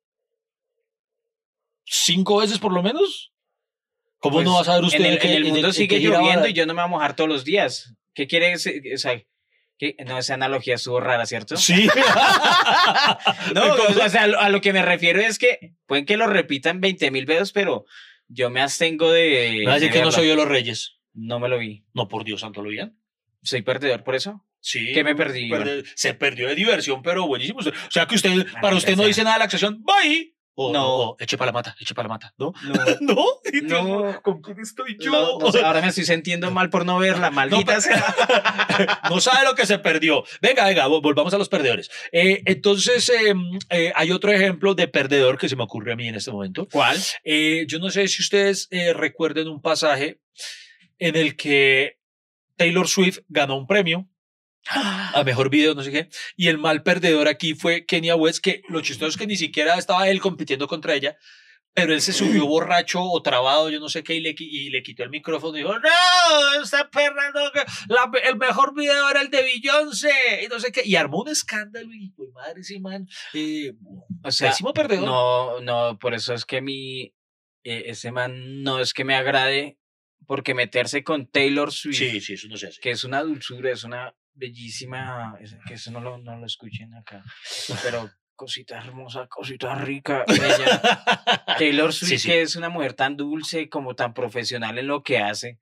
cinco veces por lo menos. ¿Cómo Pues, no va a saber usted en el, qué- en el de- mundo de sigue qué gira va? lloviendo y yo no me voy a mojar todos los días. ¿Qué quiere decir? O sea, ¿qué? No, esa analogía estuvo rara, ¿cierto? Sí. No, Entonces, o sea, a lo que me refiero es que pueden que lo repitan veinte mil veces, pero yo me abstengo de. me va a decir de que no verlo. soy yo los Reyes. No me lo vi. No, por Dios santo, ¿lo veían? ¿Soy perdedor por eso? Sí. ¿Qué me perdí, Perde- se perdió de diversión, pero buenísimo. O sea que usted, Ah, para usted no esa. dice nada de la acción. Bye. O, No. o, o eche para la mata, eche para la mata, ¿no? No, ¿No? Y No. Dios, ¿con quién estoy yo? no, no sé, ahora me estoy sintiendo mal por no verla, maldita No, sea. No sabe lo que se perdió. Venga, venga, vo- volvamos a los perdedores. Eh, entonces, eh, eh, hay otro ejemplo de perdedor que se me ocurre a mí en este momento. ¿Cuál? Eh, yo no sé si ustedes eh, recuerden un pasaje en el que Taylor Swift ganó un premio a mejor video, no sé qué, y el mal perdedor aquí fue Kanye West, que lo chistoso es que ni siquiera estaba él compitiendo contra ella, pero él se subió borracho o trabado, yo no sé qué, y le, qui- y le quitó el micrófono y dijo, no, esta perra, no, que la- el mejor video era el de Beyoncé, y no sé qué, y armó un escándalo, y pues madre, sí, man, eh, O sea, pésimo perdedor. no, no, por eso es que mi, eh, ese man no es que me agrade, porque meterse con Taylor Swift, Sí, sí, eso no se hace. que es una dulzura, es una bellísima, es- que eso no lo, no lo escuchen acá, pero cosita hermosa, cosita rica, bella. Taylor Swift, Sí, sí. que es una mujer tan dulce, como tan profesional en lo que hace,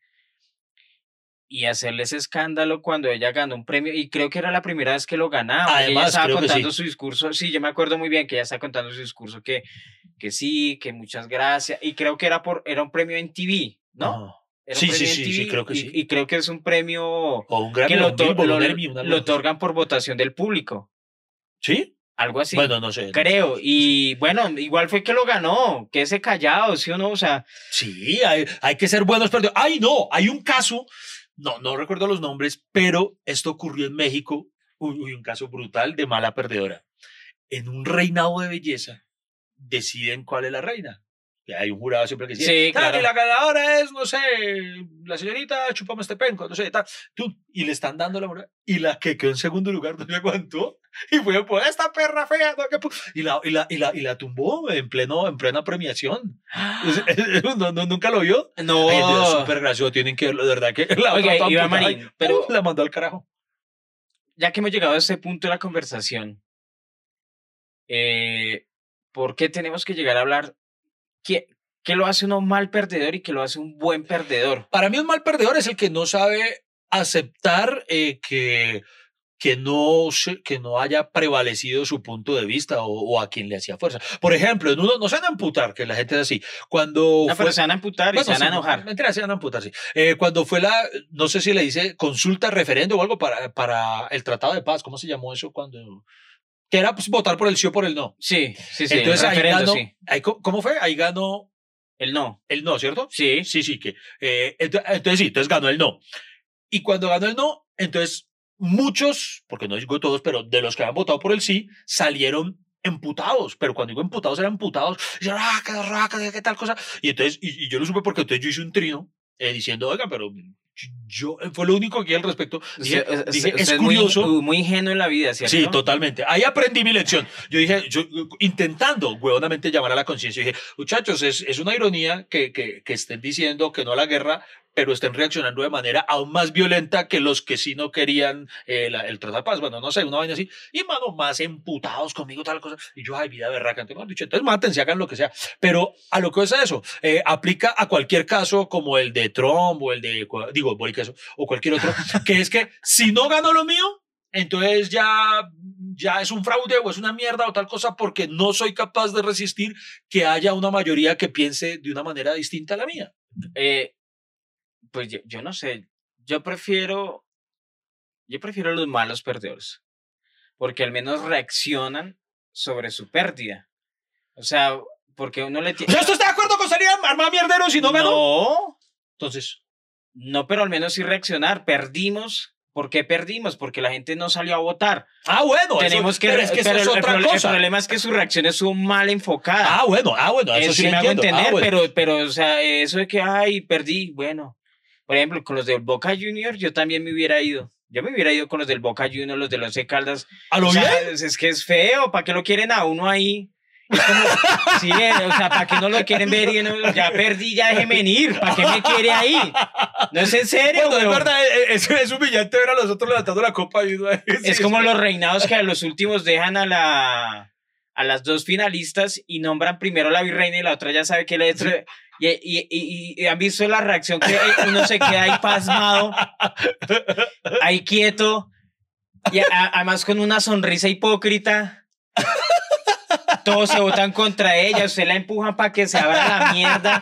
y hacerle ese escándalo cuando ella ganó un premio, y creo que era la primera vez que lo ganaba, y ella Además, estaba creo que contando sí. su discurso, sí, yo me acuerdo muy bien que ella estaba contando su discurso, que, que sí, que muchas gracias, y creo que era, por, era un premio en T V, ¿no? Ajá. Era un Sí, sí, premio en sí, T V, sí, creo que y, sí. y creo que es un premio O un Grammy, que o lo, un to- Billboard, lo- un Emmy, una lo cosa así. otorgan por votación del público, ¿Sí? algo así. Bueno, no sé. no Creo, sé. y bueno, igual fue que lo ganó, que ese callado, ¿sí o no? O sea, Sí, hay, hay que ser buenos perdedores. ¡Ay, no! Hay un caso, no, no recuerdo los nombres, pero esto ocurrió en México. Uy, uy, un caso brutal de mala perdedora. En un reinado de belleza, deciden cuál es la reina. Que hay un jurado siempre que dice, Sí, "Tal, claro. y la ganadora es, no sé, la señorita Chupame este penco, no sé, tal. Tú, y le están dando la moral. Y la que quedó en segundo lugar no le aguantó. Y fue, pues, esta perra fea. No, que pu-". y, la, y, la, y, la, y la tumbó en, pleno, en plena premiación. No, no, nunca lo vio. no. Ay, el video es súper gracioso, tienen que verlo, de verdad que la Oiga, otra toda Iván amputada, Marín, ay, pero- uh, la mandó al carajo. Ya que hemos llegado a este punto de la conversación, eh, ¿por qué tenemos que llegar a hablar qué, qué lo hace uno mal perdedor y qué lo hace un buen perdedor? Para mí un mal perdedor es el que no sabe aceptar eh, que, que, no, se- que no haya prevalecido su punto de vista o, o a quien le hacía fuerza. Por ejemplo, en uno, no se van a amputar, que la gente es así. Cuando No, fue, pero se van a amputar y bueno, se van a sí, enojar. Mentira, se van a amputar, sí. Eh, cuando fue la, no sé si le dice consulta, referendo o algo para, para el Tratado de Paz, ¿cómo se llamó eso? Cuando... Que era pues, votar por el sí o por el no. Sí, sí, sí. Entonces el ahí referendo, ganó, sí. ahí, ¿cómo cómo fue? Ahí ganó El no. el no, ¿cierto? Sí. Sí, sí, que. eh, ento- entonces sí, entonces ganó el no. Y cuando ganó el no, entonces muchos, porque no digo todos, pero de los que habían votado por el sí, salieron emputados. Pero cuando digo emputados, eran emputados. Y decían, ah, qué raca, qué tal cosa. Y entonces, y, y yo lo supe porque entonces yo hice un trino eh, diciendo, oiga, pero yo, fue lo único que al respecto. Dije, Usted- usted- dije, usted es es muy, curioso. muy ingenuo en la vida, ¿cierto? Sí, totalmente. Ahí aprendí mi lección. Yo dije, yo intentando huevonamente llamar a la conciencia, dije, muchachos, es, es una ironía que, que, que estén diciendo que no a la guerra, pero estén reaccionando de manera aún más violenta que los que sí no querían eh, la- el Tratado de Paz. Bueno, no sé, una vaina así. Y, mano, más emputados conmigo, tal cosa. Y yo, ay, vida berraca. Entonces, dicho, entonces mátense, hagan lo que sea. Pero a lo que es eso, eh, aplica a cualquier caso como el de Trump o el de, digo, Boric, eso, o cualquier otro, que es que si no gano lo mío, entonces ya, ya es un fraude o es una mierda o tal cosa porque no soy capaz de resistir que haya una mayoría que piense de una manera distinta a la mía. Eh, pues yo, yo no sé. Yo prefiero. Yo prefiero los malos perdedores. Porque al menos reaccionan sobre su pérdida. O sea, porque uno le O tiene. sea, ¿usted está de acuerdo con salir a armar mierderos si no ganó? No, Entonces, no, pero al menos sí reaccionar. Perdimos. ¿Por qué perdimos? Porque la gente no salió a votar. ah, bueno, Tenemos eso, que. pero es que eso pero es el, el otra proble- el cosa. problema es que su reacción estuvo mal enfocada. Ah, bueno, ah, bueno, eso, Eso sí sí lo me hago entiendo. entender, Ah, bueno. pero, pero, o sea, eso de que, ay, perdí, bueno. Por ejemplo, con los del Boca Juniors, yo también me hubiera ido. Yo me hubiera ido con los del Boca Juniors, los de los Once Caldas. ¿A lo O sea, bien? es, es que es feo, ¿para qué lo quieren a uno ahí? Es como, sí, eh, o sea, ¿para qué no lo quieren ver? Y no, ya perdí, ya déjeme venir, ¿para qué me quiere ahí? No es en serio, Bueno, es weón. verdad, es, es humillante ver a los otros levantando la copa. Y uno ahí, Es sí, como los reinados que a los últimos dejan a la a las dos finalistas y nombran primero a la virreina y la otra ya sabe que la otra. Y, y, y, y han visto la reacción que uno se queda ahí pasmado, ahí quieto, y a- además con una sonrisa hipócrita. todos se votan contra ella, usted la empujan para que se abra la mierda.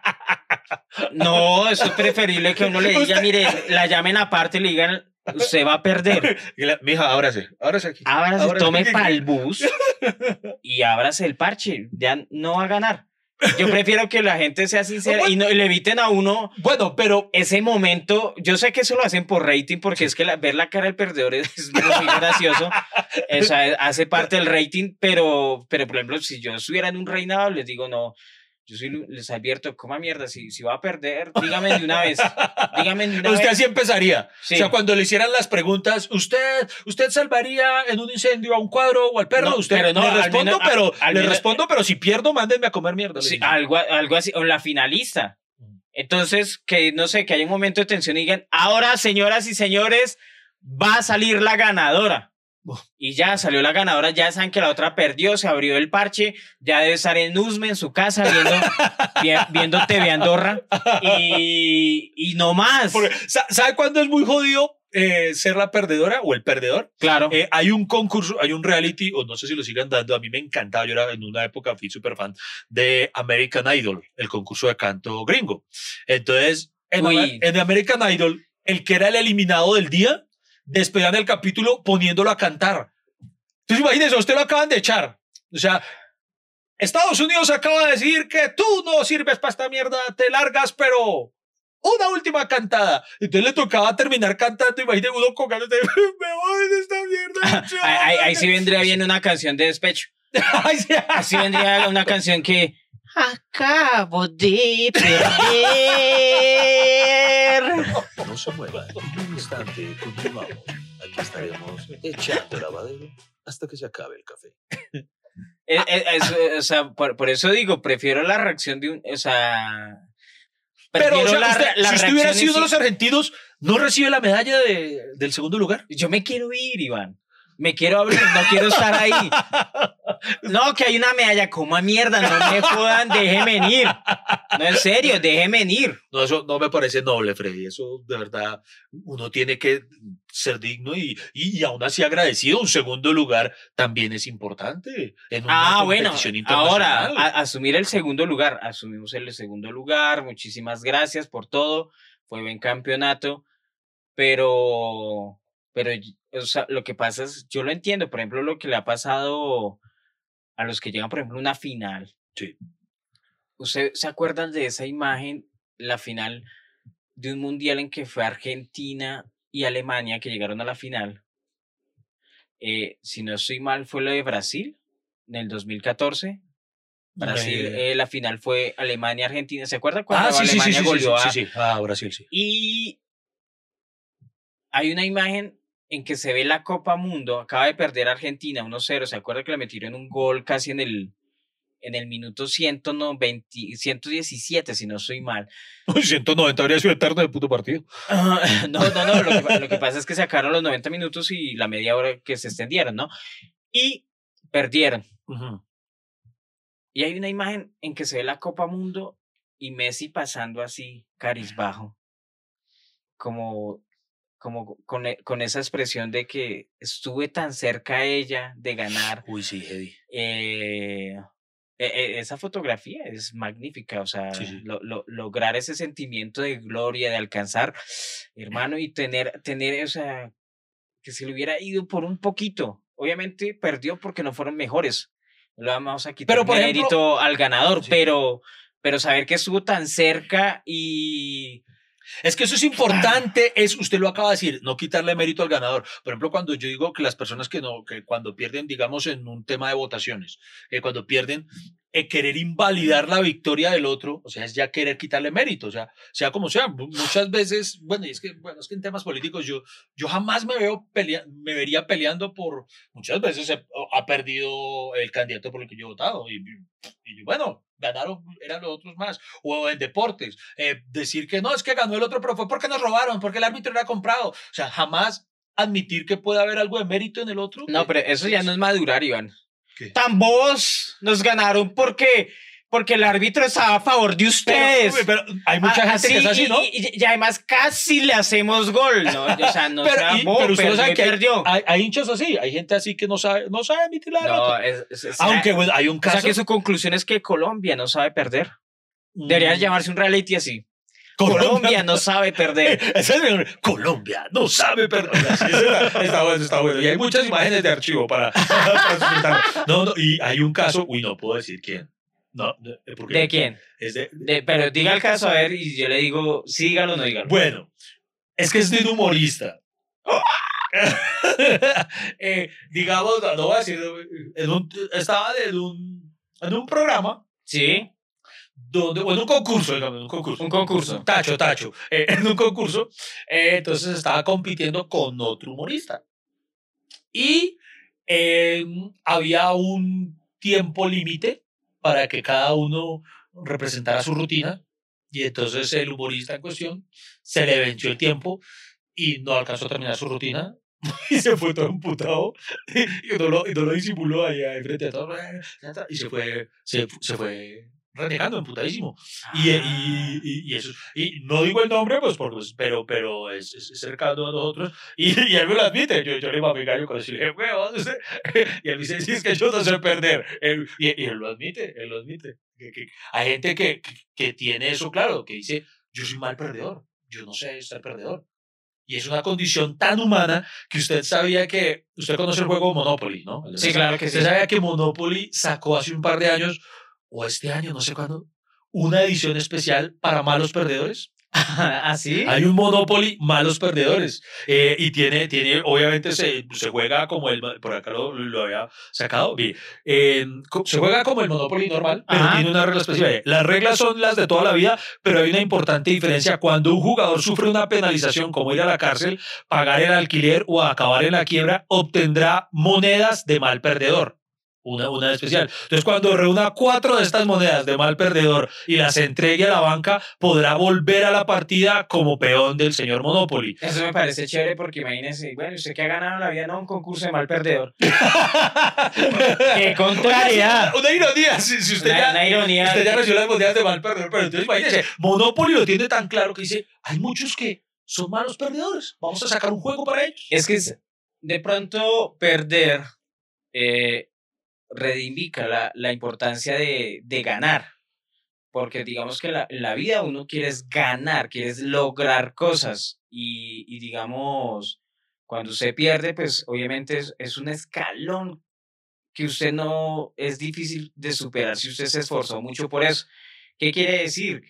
No, eso es preferible que uno le diga, Usted... mire, la llamen aparte y le digan, usted va a perder. La, mija, ábrase, ábrase aquí. Ábrase, ábrase tome aquí. pa'l bus y ábrase el parche, ya no va a ganar. Yo prefiero que la gente sea sincera y, no, y le eviten a uno bueno, pero ese momento. Yo sé que eso lo hacen por rating, porque es que la, ver la cara del perdedor es, es muy gracioso. O sea, hace parte del rating, pero, pero por ejemplo, si yo estuviera en un reinado, les digo, no, yo soy, les advierto, coma mierda, si, si va a perder, dígame de una vez. Dígame de una usted vez. así empezaría. Sí. O sea, cuando le hicieran las preguntas, ¿usted usted salvaría en un incendio a un cuadro o al perro? No, usted pero no, le al respondo, menos- pero al le menos- respondo, pero si pierdo, mándenme a comer mierda. le Sí, digo. algo, algo así, o la finalista. Entonces, que no sé, que hay un momento de tensión y digan, ahora, señoras y señores, va a salir la ganadora. Uf. Y ya salió la ganadora, ya saben que la otra perdió, se abrió el parche, ya debe estar en Usme, en su casa, viendo, vi- viendo T V Andorra. Y, y no más. Porque, sa- ¿sabe cuándo es muy jodido eh, ser la perdedora o el perdedor? Claro. Eh, hay un concurso, hay un reality, o no sé si lo sigan dando, a mí me encantaba, yo era en una época, fui súper fan de American Idol, el concurso de canto gringo. Entonces, en, Uy. en American Idol, el que era el eliminado del día, despedían el capítulo poniéndolo a cantar. Entonces, imagínese, a usted lo acaban de echar. O sea, Estados Unidos acaba de decir que tú no sirves para esta mierda, te largas, pero una última cantada. Entonces le tocaba terminar cantando, imagínese uno con ganas de me voy de esta mierda. ahí, ahí, ahí sí vendría bien una canción de despecho. Ay, sí. Así vendría una canción que acabo de perder. No se muevan. En un instante continuamos. Aquí estaremos echando lavadero hasta que se acabe el café. Es, es- es- o sea, por, por eso digo, prefiero la reacción de un, o sea, Pero, prefiero o sea, la, usted, la si usted hubiera reacción sido en uno de sí. los argentinos, ¿no recibe la medalla de, del segundo lugar? Yo me quiero ir, Iván. Me quiero abrir, no quiero estar ahí. No, que hay una medalla, como a mierda, no me jodan, déjenme ir. No, en serio, déjenme ir. No, eso no me parece noble, Freddy. Eso de verdad, uno tiene que ser digno y, y, y aún así agradecido. Un segundo lugar también es importante en una Ah, bueno, competición ahora, internacional. a- asumir el segundo lugar. Asumimos el segundo lugar. Muchísimas gracias por todo. Fue buen campeonato. Pero, pero, o sea, lo que pasa es, yo lo entiendo. Por ejemplo, lo que le ha pasado a los que llegan, por ejemplo, a una final. Sí. ¿Usted se acuerdan de esa imagen, la final de un mundial en que fue Argentina y Alemania que llegaron a la final? Eh, si no estoy mal, fue lo de Brasil en el dos mil catorce. Brasil, Eh, eh, la final fue Alemania-Argentina. ¿Se acuerdan cuando ah, sí, sí, sí, Alemania sí, sí, goleó sí, a- sí, sí. Ah, Brasil, sí. Y hay una imagen en que se ve la Copa Mundo. Acaba de perder Argentina uno cero. ¿Se acuerda que le metieron un gol casi en el, en el minuto ciento noventa, ciento diecisiete, si no estoy mal? ciento noventa habría sido eterno de puto partido. Ah, no, no, no. Lo que, lo que pasa es que sacaron los noventa minutos y la media hora que se extendieron, ¿no? Y perdieron. Ujú. Y hay una imagen en que se ve la Copa Mundo y Messi pasando así, carizbajo. Como, como con, e- con esa expresión de que estuve tan cerca a ella de ganar. Uy, sí, heavy. Eh, e- e- esa fotografía es magnífica, o sea, Sí, sí. lo- lo- lograr ese sentimiento de gloria, de alcanzar, hermano, y tener, tener, o sea, que se le hubiera ido por un poquito. Obviamente perdió porque no fueron mejores. No le vamos a quitar Pero, por mérito ejemplo- al ganador, Sí. pero, pero saber que estuvo tan cerca y... Es que eso es importante, es, usted lo acaba de decir, no quitarle mérito al ganador. Por ejemplo, cuando yo digo que las personas que no, que cuando pierden, digamos, en un tema de votaciones, que cuando pierden, eh, querer invalidar la victoria del otro, o sea, es ya querer quitarle mérito, o sea, sea como sea, mu- muchas veces, bueno, y es que, bueno, es que en temas políticos yo, yo jamás me veo pelea, me vería peleando por, muchas veces he- ha perdido el candidato por el que yo he votado, y, y yo, bueno, ganaron, eran los otros más, o en deportes, eh, decir que no, es que ganó el otro, pero fue porque nos robaron, porque el árbitro era comprado, o sea, jamás admitir que puede haber algo de mérito en el otro. No, eh, pero eso ya no es madurar, Iván. ¿Qué? Tan bobos nos ganaron porque, porque el árbitro estaba a favor de ustedes. Pero, pero hay mucha Ah, gente que es así, y, ¿no? Y, y- y además casi le hacemos gol, ¿no? O sea, no pero, sea y- bobo, pero usted no sabe perdió y que hay, perdió. hay, hay hinchas así, hay gente así que no sabe, no sabe emitir la No, derrota. es, es- es- Aunque bueno, hay un o caso. sea que su conclusión es que Colombia no sabe perder. Debería Mm, llamarse un reality así. Colombia no sabe perder. Ese es el- Colombia no sabe perder. Sí, ese está, está bueno, está bueno. Y hay muchas imágenes de archivo para, para sustentarlo. No, no, y hay un caso, uy, no puedo decir quién. No, no, porque ¿De quién? es de, De- pero diga el caso a ver y yo le digo, sí, dígalo o no dígalo. bueno, es que es de un humorista. eh, digamos, no, no voy a decir, en un, estaba en un, en un programa Sí, donde, bueno, un concurso, digamos, un concurso. un concurso. Tacho, tacho, eh, en un concurso. eh, entonces estaba compitiendo con otro humorista. Y eh, había un tiempo límite para que cada uno representara su rutina. Y entonces el humorista en cuestión se le venció el tiempo y no alcanzó a terminar su rutina. Y se fue todo emputado y no lo, y no lo disimuló allá enfrente de todos. Y se fue, se, se fue renegando, emputadísimo. Y, y, y, y eso, y no digo el nombre, pues, porque, pues, pero, pero es, es cercano a nosotros. Y, y él me lo admite. Yo, yo le mamé gallo cuando le dije, huevón, usted. Y él me dice, sí, es que yo no sé perder. Él, y, y él lo admite, él lo admite. Que, que, hay gente que, que, que tiene eso claro, que dice, yo soy mal perdedor, yo no sé ser perdedor. Y es una condición tan humana que usted sabía que, usted conoce el juego Monopoly, ¿no? Sí, claro que sí. Usted sabía que Monopoly sacó hace un par de años, o este año, no sé cuándo, una edición especial para malos perdedores. ¿Ah, sí? Hay un Monopoly malos perdedores. Eh, y tiene, tiene, obviamente se, se juega como el, por acá lo, lo había sacado, vi, eh, se juega como el Monopoly normal, pero Ajá. tiene una regla especial. Las reglas son las de toda la vida, pero hay una importante diferencia. Cuando un jugador sufre una penalización, como ir a la cárcel, pagar el alquiler o acabar en la quiebra, obtendrá monedas de mal perdedor. Una, una especial. Entonces, cuando reúna cuatro de estas monedas de mal perdedor y las entregue a la banca, podrá volver a la partida como peón del señor Monopoly. Eso me parece chévere porque imagínese, bueno, usted que ha ganado en la vida, no, un concurso de mal perdedor. ¡Qué contrariedad! Una, una ironía. Si, si usted, Una, ya, una ironía. usted ya recibió las monedas de mal perdedor, pero entonces imagínese, Monopoly lo tiene tan claro que dice, hay muchos que son malos perdedores. Vamos a sacar un juego para ellos. Es que es- de pronto perder eh, reivindica la, la importancia de, de ganar. Porque digamos que la, en la vida uno quiere es ganar, quiere lograr cosas. Y, y digamos, cuando usted pierde, pues obviamente es, es un escalón que usted no es difícil de superar si usted se esforzó mucho por eso. ¿Qué quiere decir?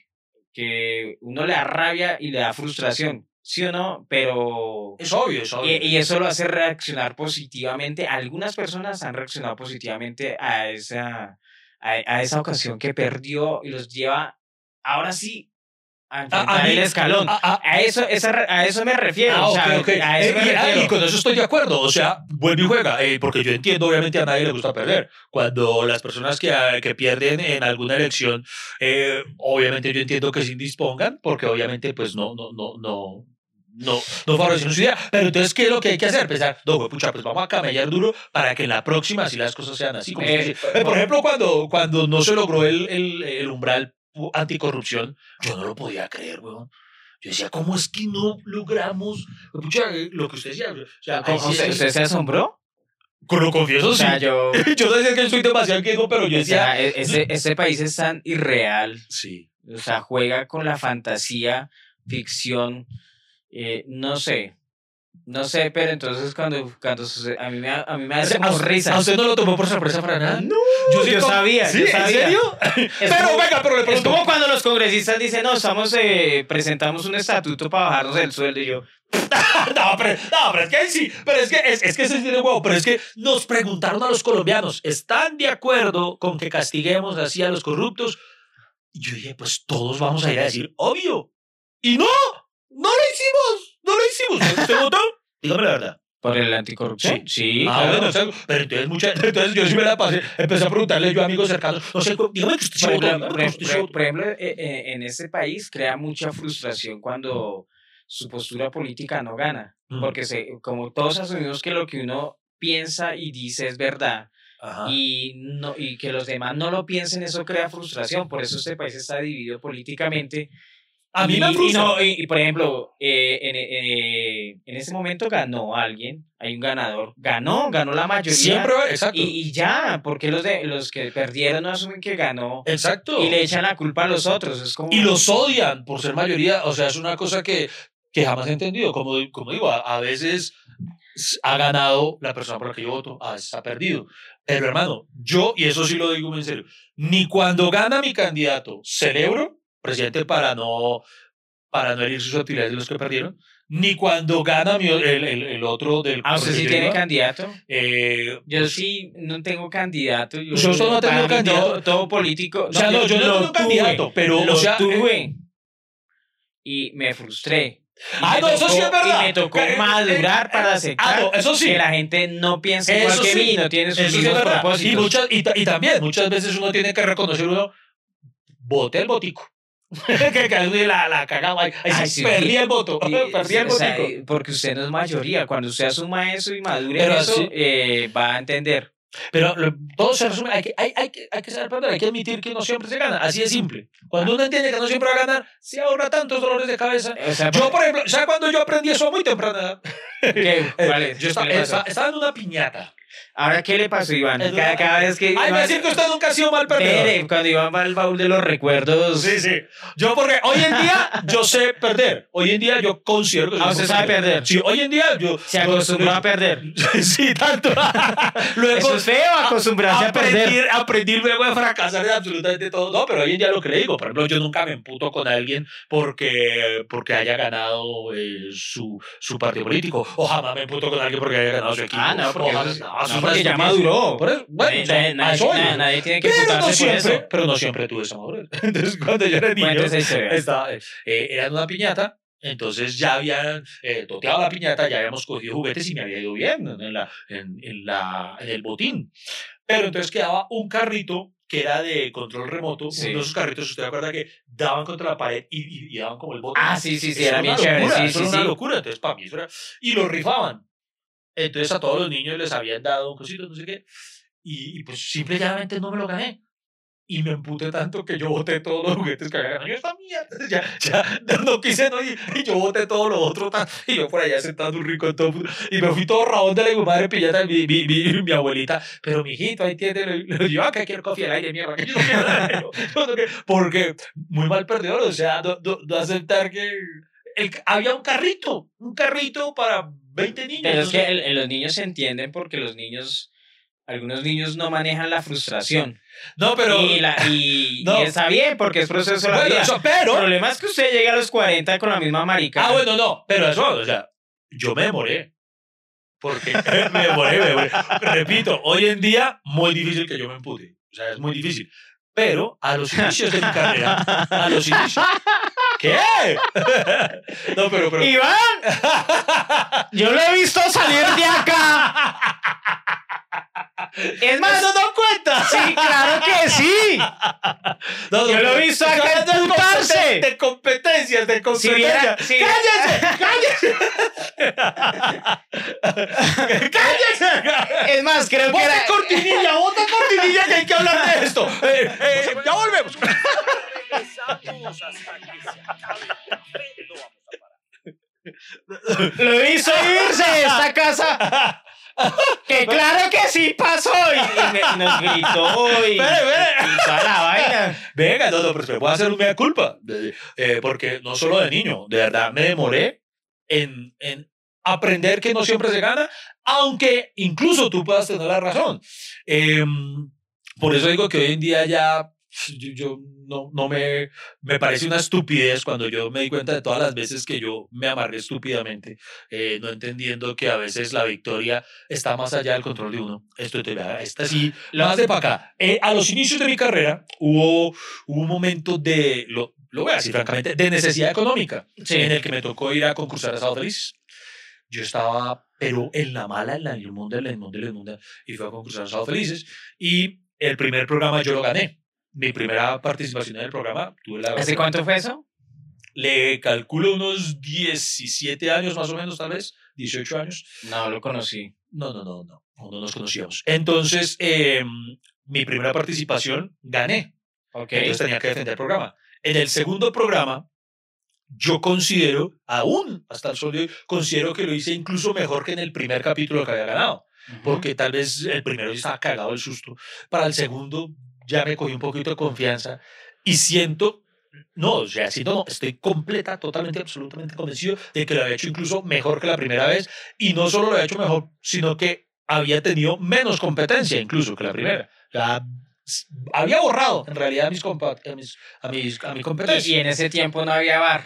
Que uno le da rabia y le da frustración, ¿sí o no? Pero... Es obvio, es obvio. Y, y eso lo hace reaccionar positivamente. Algunas personas han reaccionado positivamente a esa, a, a esa ocasión que perdió y los lleva, ahora sí, a enfrentar mí- el escalón. a- a- A eso, esa re- a eso me refiero. Ah, o sea, ok, ok. A eso me Eh, y, ah, refiero. y con eso estoy de acuerdo. O sea, vuelve y juega. eh, porque yo entiendo, obviamente, a nadie le gusta perder. Cuando las personas que, ah, que pierden en alguna elección, eh, obviamente yo entiendo que se indispongan, porque obviamente, pues no, no, no, no. No, no favorecen su idea. Pero entonces, ¿qué es lo que hay que hacer? Pensar, no, güey, pucha, pues vamos a camellar duro para que en la próxima sí las cosas sean así. Como Eh, usted dice. Eh, por ejemplo, cuando, cuando no se logró el, el, el umbral anticorrupción, yo no lo podía creer, weón. Yo decía, ¿cómo es que no logramos? Pucha, eh, lo que usted decía. O sea, ahí ¿Cómo- sí ¿Usted, es- usted se asombró? Lo confieso, O sí. sea, yo... Yo no decía que soy demasiado inquieto, pero yo O decía. sea, e- ese, ese país es tan irreal. Sí. O sea, juega con la fantasía, ficción, eh, no sé. No sé, pero entonces cuando, cuando sucede- a mí me, a mí me hace ¿A como usted- risa. ¿A usted no lo tomó por sorpresa para nada? No, Yo, yo sabía, ¿Sí? yo sabía. ¿En serio? Es pero como- venga, pero le Es pregunto. como cuando los congresistas dicen, no, estamos, eh, presentamos un estatuto para bajarnos el sueldo y yo, No, pero, no, pero es que ahí sí, pero es que es, es que se tiene huevo, pero es que nos preguntaron a los colombianos, ¿están de acuerdo con que castiguemos así a los corruptos? Y yo dije, pues todos vamos a ir a decir, obvio. Y no, no lo hicimos, no lo hicimos. ¿Usted, usted votó? Dígame la verdad. ¿por el anticorrupción? Sí, Ah, claro. bueno, o sea, pero entonces, mucha, entonces yo sí me la pasé, empecé a preguntarle yo a amigos cercanos, no sé, dígame que usted se Por votó, ejemplo, dígame por que ejemplo, usted se votó. por ejemplo, eh, eh, en este país crea mucha frustración cuando su postura política no gana, Mm. porque se, como todos asumimos que lo que uno piensa y dice es verdad, Ajá. y, no, y que los demás no lo piensen, eso crea frustración. Por eso este país está dividido políticamente. A mí y, me y, frustra. no, y, y, por ejemplo, eh, en, eh, en ese momento ganó alguien, hay un ganador, ganó, ganó la mayoría. Siempre, exacto. Y, y ya, porque los, de, los que perdieron no asumen que ganó. Exacto. Y le echan la culpa a los otros. Es como... Y los odian por ser mayoría. O sea, es una cosa que, que jamás he entendido. Como, como digo, a, a veces ha ganado la persona por la que yo voto, a veces ha perdido. Pero hermano, yo, y eso sí lo digo en serio, ni cuando gana mi candidato celebro, presidente, para no, para no herir susceptibilidades de los que perdieron, ni cuando gana mi, el, el, el otro del... Ah, ¿usted sí tiene iba, candidato? Eh, yo pues, sí no tengo candidato. Yo, yo solo no tengo candidato. Todo, todo político. O sea, no, yo, yo no tengo candidato, pero... Lo o sea, tuve eh, y me frustré. Y ah, no, tocó, eso sí es verdad. Y me tocó eh, madurar eh, para aceptar ah, no, eso sí. que la gente no piensa eso igual que sí. mí, no tiene sus mismos sí propósitos. Y, muchas, y, y también, muchas veces uno tiene que reconocer uno, voté el botico. que que la, la cagaba ahí. Ay, sí, perdí el voto. Y, perdí el o sea, botico. Porque usted no es mayoría. Cuando usted asuma eso y madure Pero eso, sí. eh, va a entender. Pero lo, todo se resume, hay que, hay, hay, que, hay que saber perder, hay que admitir que no siempre se gana, así de simple. Cuando uno entiende que no siempre va a ganar, se ahorra tantos dolores de cabeza. O sea, yo, por ejemplo, ¿sabes cuando yo aprendí eso a muy temprana edad? ¿Qué? Vale, yo estaba, estaba, estaba en una piñata. Ahora, ¿qué le pasó, Iván? Cada, cada vez que... Ay, me decir que usted nunca ha sido mal perdedor. Pere, cuando Iván va al baúl de los recuerdos... Sí, sí. Yo, porque hoy en día yo sé perder. Hoy en día yo considero que... Ah, ¿usted sabe perder? Sí, hoy en día yo... Se acostumbró yo, a perder. Sí, tanto. Luego, ¿eso es feo, acostumbrarse a perder? Aprendí luego de fracasar de absolutamente todo. No, pero hoy en día lo que le digo, por ejemplo, yo nunca me emputo con alguien porque, porque haya ganado eh, su, su partido político. O jamás me emputo con alguien porque haya ganado su equipo. Ah, no, porque, o, eso, no, no, porque ya maduró. Por eso, bueno, nadie, o sea, nadie, soy, nadie, nadie tiene que pero emputarse no por siempre, eso. pero no siempre tuve esa madurez. Entonces, cuando yo era niño, estaba, eh, era en una piñata. Entonces ya habían eh, toteado la piñata, ya habíamos cogido juguetes y me había ido bien en, la, en, en, la, en el botín. Pero entonces quedaba un carrito que era de control remoto, sí. Uno de esos carritos, usted recuerda que daban contra la pared y, y, y daban como el botón. Ah, sí, sí, sí, eso era bien chévere. Locura, Sí, eso sí, era sí. una locura, entonces para mí eso era... Y lo rifaban. Entonces a todos los niños les habían dado un cosito, no sé qué, y, y pues simplemente no me lo gané. Y me emputé tanto que yo boté todos los juguetes que había ganado. Yo, esta mierda, ya, ya, no quise, no, y, y yo boté todo lo otro. Tan, y yo por allá sentado un rico todo. Y me fui todo rabón de la madre pillata, mi, mi, mi, mi abuelita. Pero mi hijito, ahí tiene, lo yo acá quiero coffee al aire, mierda. Que yo no quiero nada. Porque muy mal perdedor, o sea, no, no, no aceptar que el, había un carrito, un carrito para veinte niños. Pero es que el, el, los niños se entienden porque los niños... Algunos niños no manejan la frustración. No, pero... Y, la, y, no. y está bien porque es proceso de la bueno, vida. Eso, pero... El problema es que usted llega a los cuarenta con la misma marica. Ah, bueno, no. Pero eso, o sea, yo me demoré. Porque me demoré, me demoré. Repito, hoy en día, muy difícil que yo me empute. O sea, es muy difícil. Pero a los inicios de mi carrera, a los inicios... ¿Qué? No, pero, pero... ¡Iván! Yo lo he visto salir de acá. Es más, ¿eso no cuenta? Sí, claro que sí. No, no, yo lo he visto acá emputarse. De competencias, de competencias. Si viera, si ¡cállese! ¡Cállese! ¡Cállese! Es más, creo ¡Bota que era... cortinilla! ¡Bota cortinilla que hay que hablar de esto! Eh, eh, ¡Ya volvemos! Regresamos hasta que se acabe el café. No vamos a parar. Lo hizo irse de esta casa. Que claro que sí pasó. Y, y, me, y nos gritó y, espere, espere. y toda la vaina. Venga, no, no, pero voy a hacer un mea culpa. Eh, porque no solo de niño, de verdad me demoré en, en aprender que no siempre se gana, aunque incluso tú puedas tener la razón. Eh, por eso digo que hoy en día ya yo, yo no, no me, me parece una estupidez cuando yo me di cuenta de todas las veces que yo me amargué estúpidamente, eh, no entendiendo que a veces la victoria está más allá del control de uno. Esto te vea, esta sí, más de para acá. Eh, a los inicios de mi carrera hubo, hubo un momento de, lo, lo voy a decir francamente, de necesidad económica, sí. En el que me tocó ir a concursar a Sábado Feliz. Yo estaba, pero en la mala, en la inmunda, en la inmunda, en la inmunda, y fui a concursar a Sábado Felices, y el primer programa yo lo gané. Mi primera participación en el programa tuve la... ¿Hace cuánto fue eso? Le calculo unos diecisiete años más o menos, tal vez, dieciocho años. No, lo conocí. No, no, no, no. Aún no nos conocíamos. Entonces, eh, mi primera participación gané. Ok. Entonces tenía que defender el programa. En el segundo programa, yo considero, aún hasta el sol de hoy, considero que lo hice incluso mejor que en el primer capítulo que había ganado. Ujú. Porque tal vez el primero yo estaba cagado del susto. Para el segundo ya me cogí un poquito de confianza y siento, no, o sea, siento, no, estoy completa, totalmente, absolutamente convencido de que lo había hecho incluso mejor que la primera vez. Y no solo lo había hecho mejor, sino que había tenido menos competencia incluso que la primera. Ya había borrado en realidad a mis, compa a mis, a mis a mi competencia. Y, y en ese tiempo no había bar.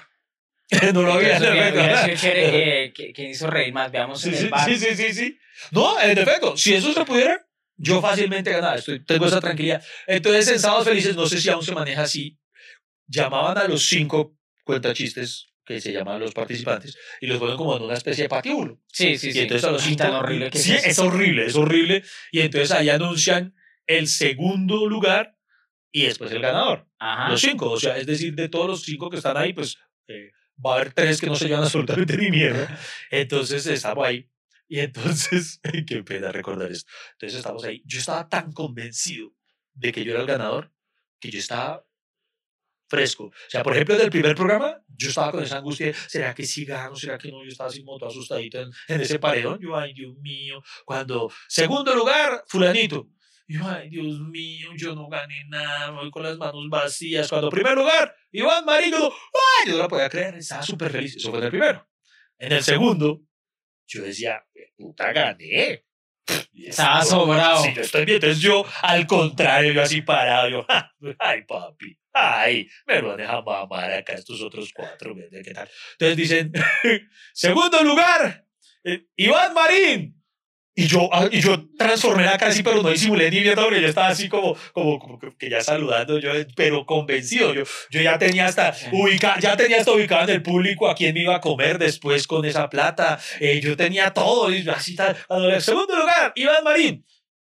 No lo había. Entonces, hubiera, en hubiera efecto. sido chévere, eh, que, que hizo reír más. Veamos Sí, en sí, el bar. sí, sí, sí, sí. No, en efecto, si eso se pudiera, yo fácilmente ganaba. Estoy, tengo esa tranquilidad. Entonces, en Sábados Felices, no sé si aún se maneja así, llamaban a los cinco cuentachistes que se llaman los participantes y los ponen como en una especie de patíbulo. Sí, sí, Y sí. entonces a los Ay, cinco, tan horrible que sí, es. es horrible, es horrible. Y entonces ahí anuncian el segundo lugar y después el ganador. Ajá. Los cinco, o sea, es decir, de todos los cinco que están ahí, pues eh, va a haber tres que no se llevan absolutamente ni mierda. Entonces estamos ahí. Y entonces, qué pena recordar esto. Entonces estamos ahí. Yo estaba tan convencido de que yo era el ganador que yo estaba fresco. O sea, por ejemplo, del primer programa, yo estaba con esa angustia de, ¿será que sí gano? ¿Será que no? Yo estaba así moto asustadito en, en ese paredón. Yo, ay, Dios mío. Cuando, segundo lugar, fulanito. Yo, ay, Dios mío, yo no gané nada, voy con las manos vacías. Cuando, primer lugar, Iván Marín, yo, ay, yo no lo podía creer, estaba súper feliz. Eso fue en el primero. En el segundo, yo decía, puta, gané. Estaba sobrado. Sí, yo estoy bien. Entonces yo, al contrario, yo así parado, yo, ay, papi, ay, me lo han dejado mamar acá estos otros cuatro, ¿qué tal? Entonces dicen, segundo lugar, eh, Iván Marín. Y yo, y yo transformé la cara así, pero no disimulé ni mierda, porque yo estaba así como, como, como que ya saludando, yo, pero convencido. Yo, yo ya tenía hasta ubicado, ya tenía hasta ubicado en el público a quién me iba a comer después con esa plata. Eh, yo tenía todo, y así tal. Cuando en el segundo lugar, Iván Marín.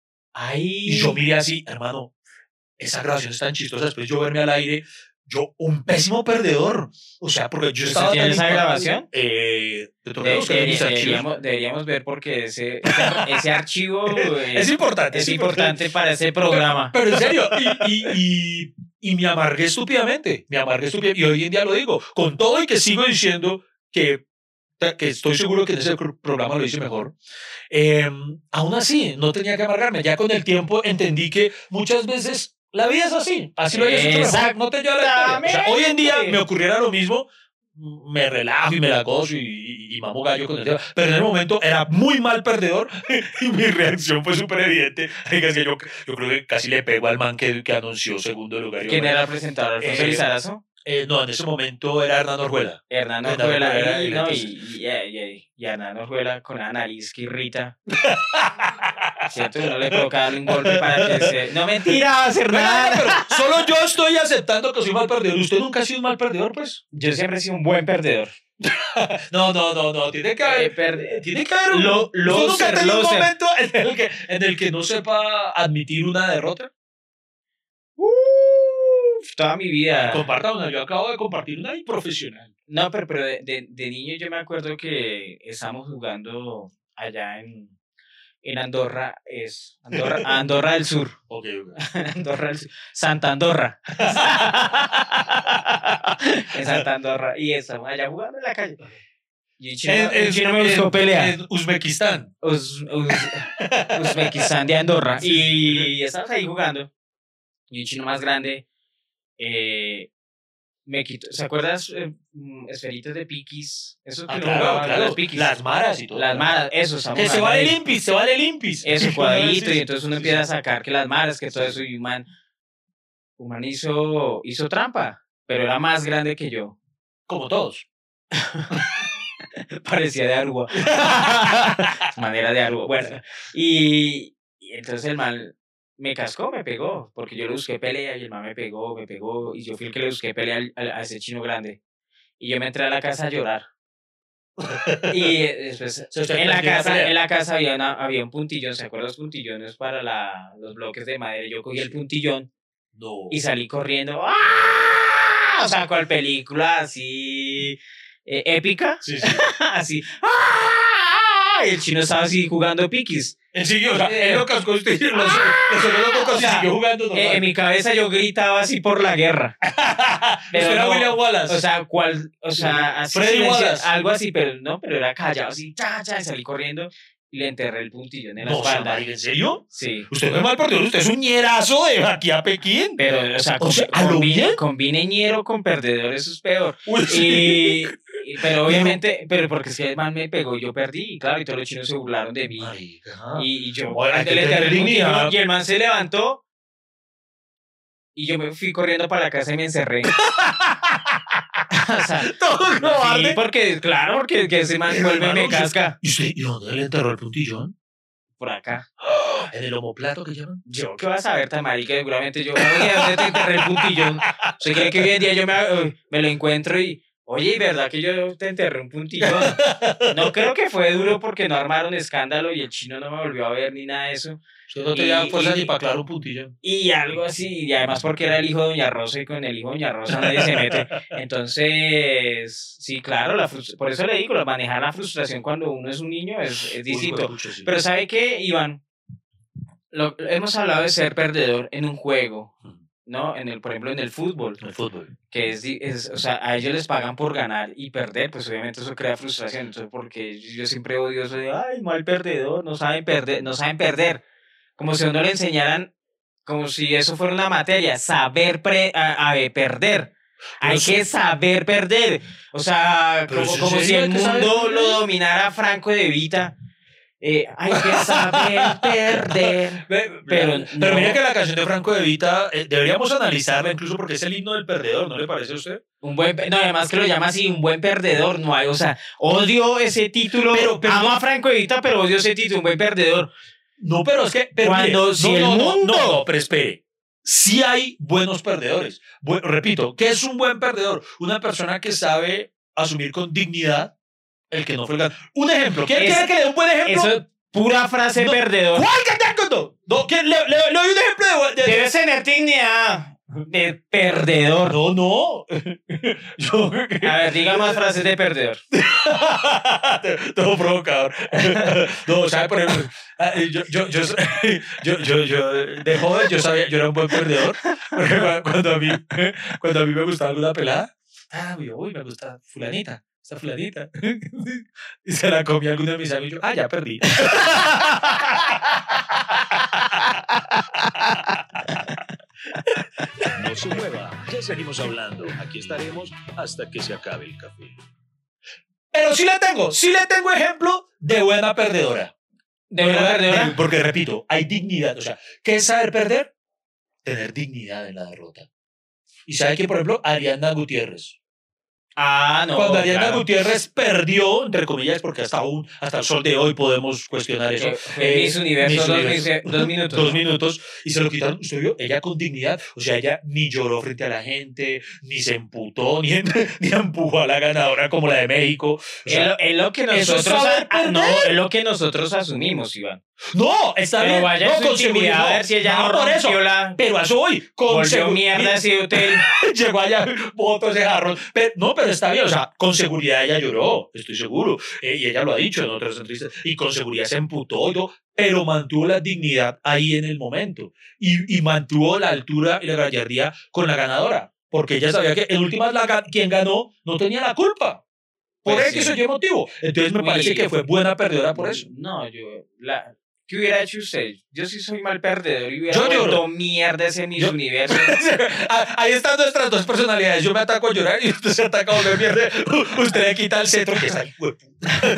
Ay. Y yo miré así, hermano, esa grabación es tan chistosa. Después yo verme al aire, yo, un pésimo perdedor. O sea, porque yo estaba. ¿Usted tiene esa impactado. grabación? Eh, te toca De- buscar en mis de- archivos. deberíamos, deberíamos ver porque ese, ese, ese archivo Es importante, es importante para ese programa. Pero en serio, y, y, y, y me amargué estúpidamente, me amargué estúpidamente, y hoy en día lo digo, con todo y que sigo diciendo que, que estoy seguro que en ese programa lo hice mejor, eh, aún así no tenía que amargarme, ya con el tiempo entendí que muchas veces la vida es así, así lo hayas hecho mejor, no te lleva la historia. O sea, hoy en día me ocurriera lo mismo, me relajo y me la gozo y, y, y mamo gallo con el tema. Pero en el momento era muy mal perdedor y mi reacción fue súper evidente. Es que yo, yo creo que casi le pego al man que, que anunció segundo lugar. ¿Quién era el presentador? ¿Alfonso Eh, Lizarazo? Eh, no, en ese momento era Hernán Orjuela. Hernán Hernán Orjuela. Orjuela, Y, no, entonces- y, y, y, y- y Hernán Orjuela con la nariz que irrita. Siento que no le provoca darle un golpe para que se... No, mentira, va a hacer Pero, nada. pero solo yo estoy aceptando que soy mal perdedor. ¿Usted nunca ha sido un mal perdedor, pues? Yo siempre he sido un buen perdedor. No, no, no, no. Tiene que Eh, haber... perde- Tiene que haber un... Lo- ¿Usted nunca ha loser, tenido un loser. momento en el, que, en el que no sepa admitir una derrota? Uf, toda mi vida. Comparta una. Yo acabo de compartir una improfesional. No, pero, pero de, de, de niño yo me acuerdo que estábamos jugando allá en, en Andorra, es Andorra, Andorra del Sur. Ok, ok. Andorra del Sur. Santa Andorra. En Santa Andorra. Y estamos allá jugando en la calle. Y un chino, un chino me buscó en- pelea. en Uzbekistán. Uz- Uz- Uzbekistán de Andorra. Y estamos ahí jugando. Y un chino más grande eh, me quitó. ¿Se acuerdas? Eh, mm, esferitas de piquis. Eso que Ah, lo claro, jugaban claro. los piquis. Las maras y todo. Las maras, eso. estamos Que se jugando vale ahí. limpis, se vale limpis. Eso, cuadrito. Sí, Y entonces uno sí, empieza sí. a sacar que las maras, que todo eso. Y un man, un man hizo, hizo trampa. Pero era más grande que yo. Como todos. Parecía de Aruba. Manera de Aruba. Bueno, y, y entonces el man me cascó, me pegó, porque yo le busqué pelea y el man me pegó, me pegó, y yo fui el que le busqué pelea al- al- a ese chino grande. Y yo me entré a la casa a llorar. Y después, Se usted en la perdió la casa, pelea. en la casa había, una, había un puntillón, ¿se acuerdan los puntillones para la, los bloques de madera? Yo cogí el puntillón No. y salí corriendo. ¡Ah! O sea, con película así eh, épica. Sí, sí. Así. ¡Ah! Y el chino estaba así jugando piquis. Él siguió, o sea, él lo cascó usted, los, los otros pocos O sea, y siguió jugando normal. Eh, en mi cabeza yo gritaba así por la guerra. Pero era no, William Wallace. O sea, cual, o sea, así Freddy silencio- Wallace. algo así, pero no, pero era callado, así, cha, cha, y salí corriendo y le enterré el puntillón en la No, espalda. Samari, ¿en serio? Sí. Usted no es mal perdedor, usted es un ñerazo de aquí a Pekín. Pero, o sea, O sea, combi- ¿a lo combine, bien? combine ñero con perdedor, eso es peor. Uy, Y, y- pero obviamente, pero porque es que el man me pegó y yo perdí, y claro, y todos los chinos se burlaron de mí. Marica. Y, y yo, Bueno, hay que le tener enterré el dignidad. puntillón, y el man se levantó y yo me fui corriendo para la casa y me encerré. O sea, Todo sí, cobarde. porque, claro, porque que ese man vuelve y me Hermano, casca. ¿Y usted, y dónde le enterró el puntillón? Por acá. ¿En el omoplato que llaman? Yo, ¿qué vas a ver tan marica? Seguramente yo, oye, ¿dónde te enterré el puntillón? ¿Usted cree que hoy en día yo me, eh, me lo encuentro y, oye, ¿y verdad que yo te enterré un puntillón? No creo que fue duro porque no armaron escándalo y el chino no me volvió a ver ni nada de eso. Usted no te Y- da fuerza y- ni para claro un puntillón. Y algo así, y además porque era el hijo de Doña Rosa y con el hijo de Doña Rosa nadie se mete. Entonces, sí, claro, la frus- por eso le digo, manejar la frustración cuando uno es un niño es, es distinto. Uy, pucha, sí. Pero ¿sabe qué, Iván? Lo, hemos hablado de ser perdedor en un juego, ¿no? En el, por ejemplo, en el fútbol, El fútbol. que es, di- es, o sea, a ellos les pagan por ganar y perder, pues obviamente eso crea frustración. Entonces, porque yo siempre odio eso de, ay, mal perdedor, no saben perder, no saben perder. Como si a uno le enseñaran, como si eso fuera una materia, saber pre, a, a perder. Pero Hay eso- que saber perder. O sea, Pero como, eso en como si serio el hay que saber mundo perder. lo dominara Franco de Vita. Eh, hay que saber perder. Pero, Pero pero no. mira que la canción de Franco de Vita eh, deberíamos analizarla incluso porque es el himno del perdedor, ¿no le parece a usted? Un buen, pe- no, además que lo llama así, un buen perdedor, no hay, o sea, odio ese título, Pero- pero amo no- a Franco Evita, pero odio ese título, un buen perdedor. No, pero es que... Pero Cuando mire, si no, el no, no, mundo- No, no, pero espere. Sí hay buenos perdedores. Bu- repito, ¿qué es un buen perdedor? Una persona que sabe asumir con dignidad el que no fue el ganador. Un ejemplo. ¿Quiere, Es- quiere que le dé un buen ejemplo? Eso es pura frase No, perdedor. ¿Cuál que te contó? No, ¿quién- le, le, le doy un ejemplo de... de- Debes tener dignidad de perdedor. No, no. Yo... A ver, diga más frases de perdedor. Todo provocador. No, ¿sabe? Por ejemplo, ah, yo, yo, yo, yo, yo, yo, de joven yo sabía, yo era un buen perdedor. Porque cu- cuando a mí, cuando a mí me gustaba alguna pelada, ah, yo, uy, me gusta fulanita, esta fulanita. Y se la comía alguno de mis amigos y yo, ah, ya perdí. No se mueva, ya seguimos hablando. Aquí estaremos hasta que se acabe el café. Pero sí le tengo, sí le tengo ejemplo de buena perdedora. ¿De buena perdedora? Porque repito, hay dignidad. O sea, ¿qué es saber perder? Tener dignidad en la derrota. Y sabe que, por ejemplo, Ariana Gutiérrez. Ah, no. Cuando Ariana claro. Gutiérrez perdió, entre comillas, porque hasta aún, hasta el sol de hoy podemos cuestionar eso. Que fue eh, Miss Universo, Miss dos, Universo. mis- dos minutos. Dos ¿no? minutos y se lo quitaron. ¿Usted vio? Ella con dignidad. O sea, ella ni lloró frente a la gente, ni se emputó, ni, ni empujó a la ganadora como la de México. O Es sea, lo, es lo que eso es nosotros saber ah, no, perder. es lo que nosotros asumimos, Iván. no, está Pero bien. vaya no, en su intimidad a ver si ella no, por rompió eso. la... Pero a eso voy. Con Volvió segu- mierda ese hotel. Llegó allá, botó ese jarrón. Pero, no, pero está bien, o sea, con seguridad ella lloró, estoy seguro. Eh, y ella lo ha dicho en otras entrevistas. Y con seguridad se emputó y todo, pero mantuvo la dignidad ahí en el momento. Y, y mantuvo la altura y la gallardía con la ganadora. Porque ella sabía que en últimas la, ga- quien ganó no tenía la culpa. Por Pues X sí. o Y motivo. Entonces me Uy. parece que fue buena perdedora por eso. No, yo... La, ¿qué hubiera hecho usted? Yo sí soy mal perdedor y hubiera Yo lloro. vuelto mierda ese Miss Yo- Universo. Ah, ahí están nuestras dos personalidades. Yo me ataco a llorar y usted se ataca a volver mierda. Usted le quita el cetro que es ahí, huepu.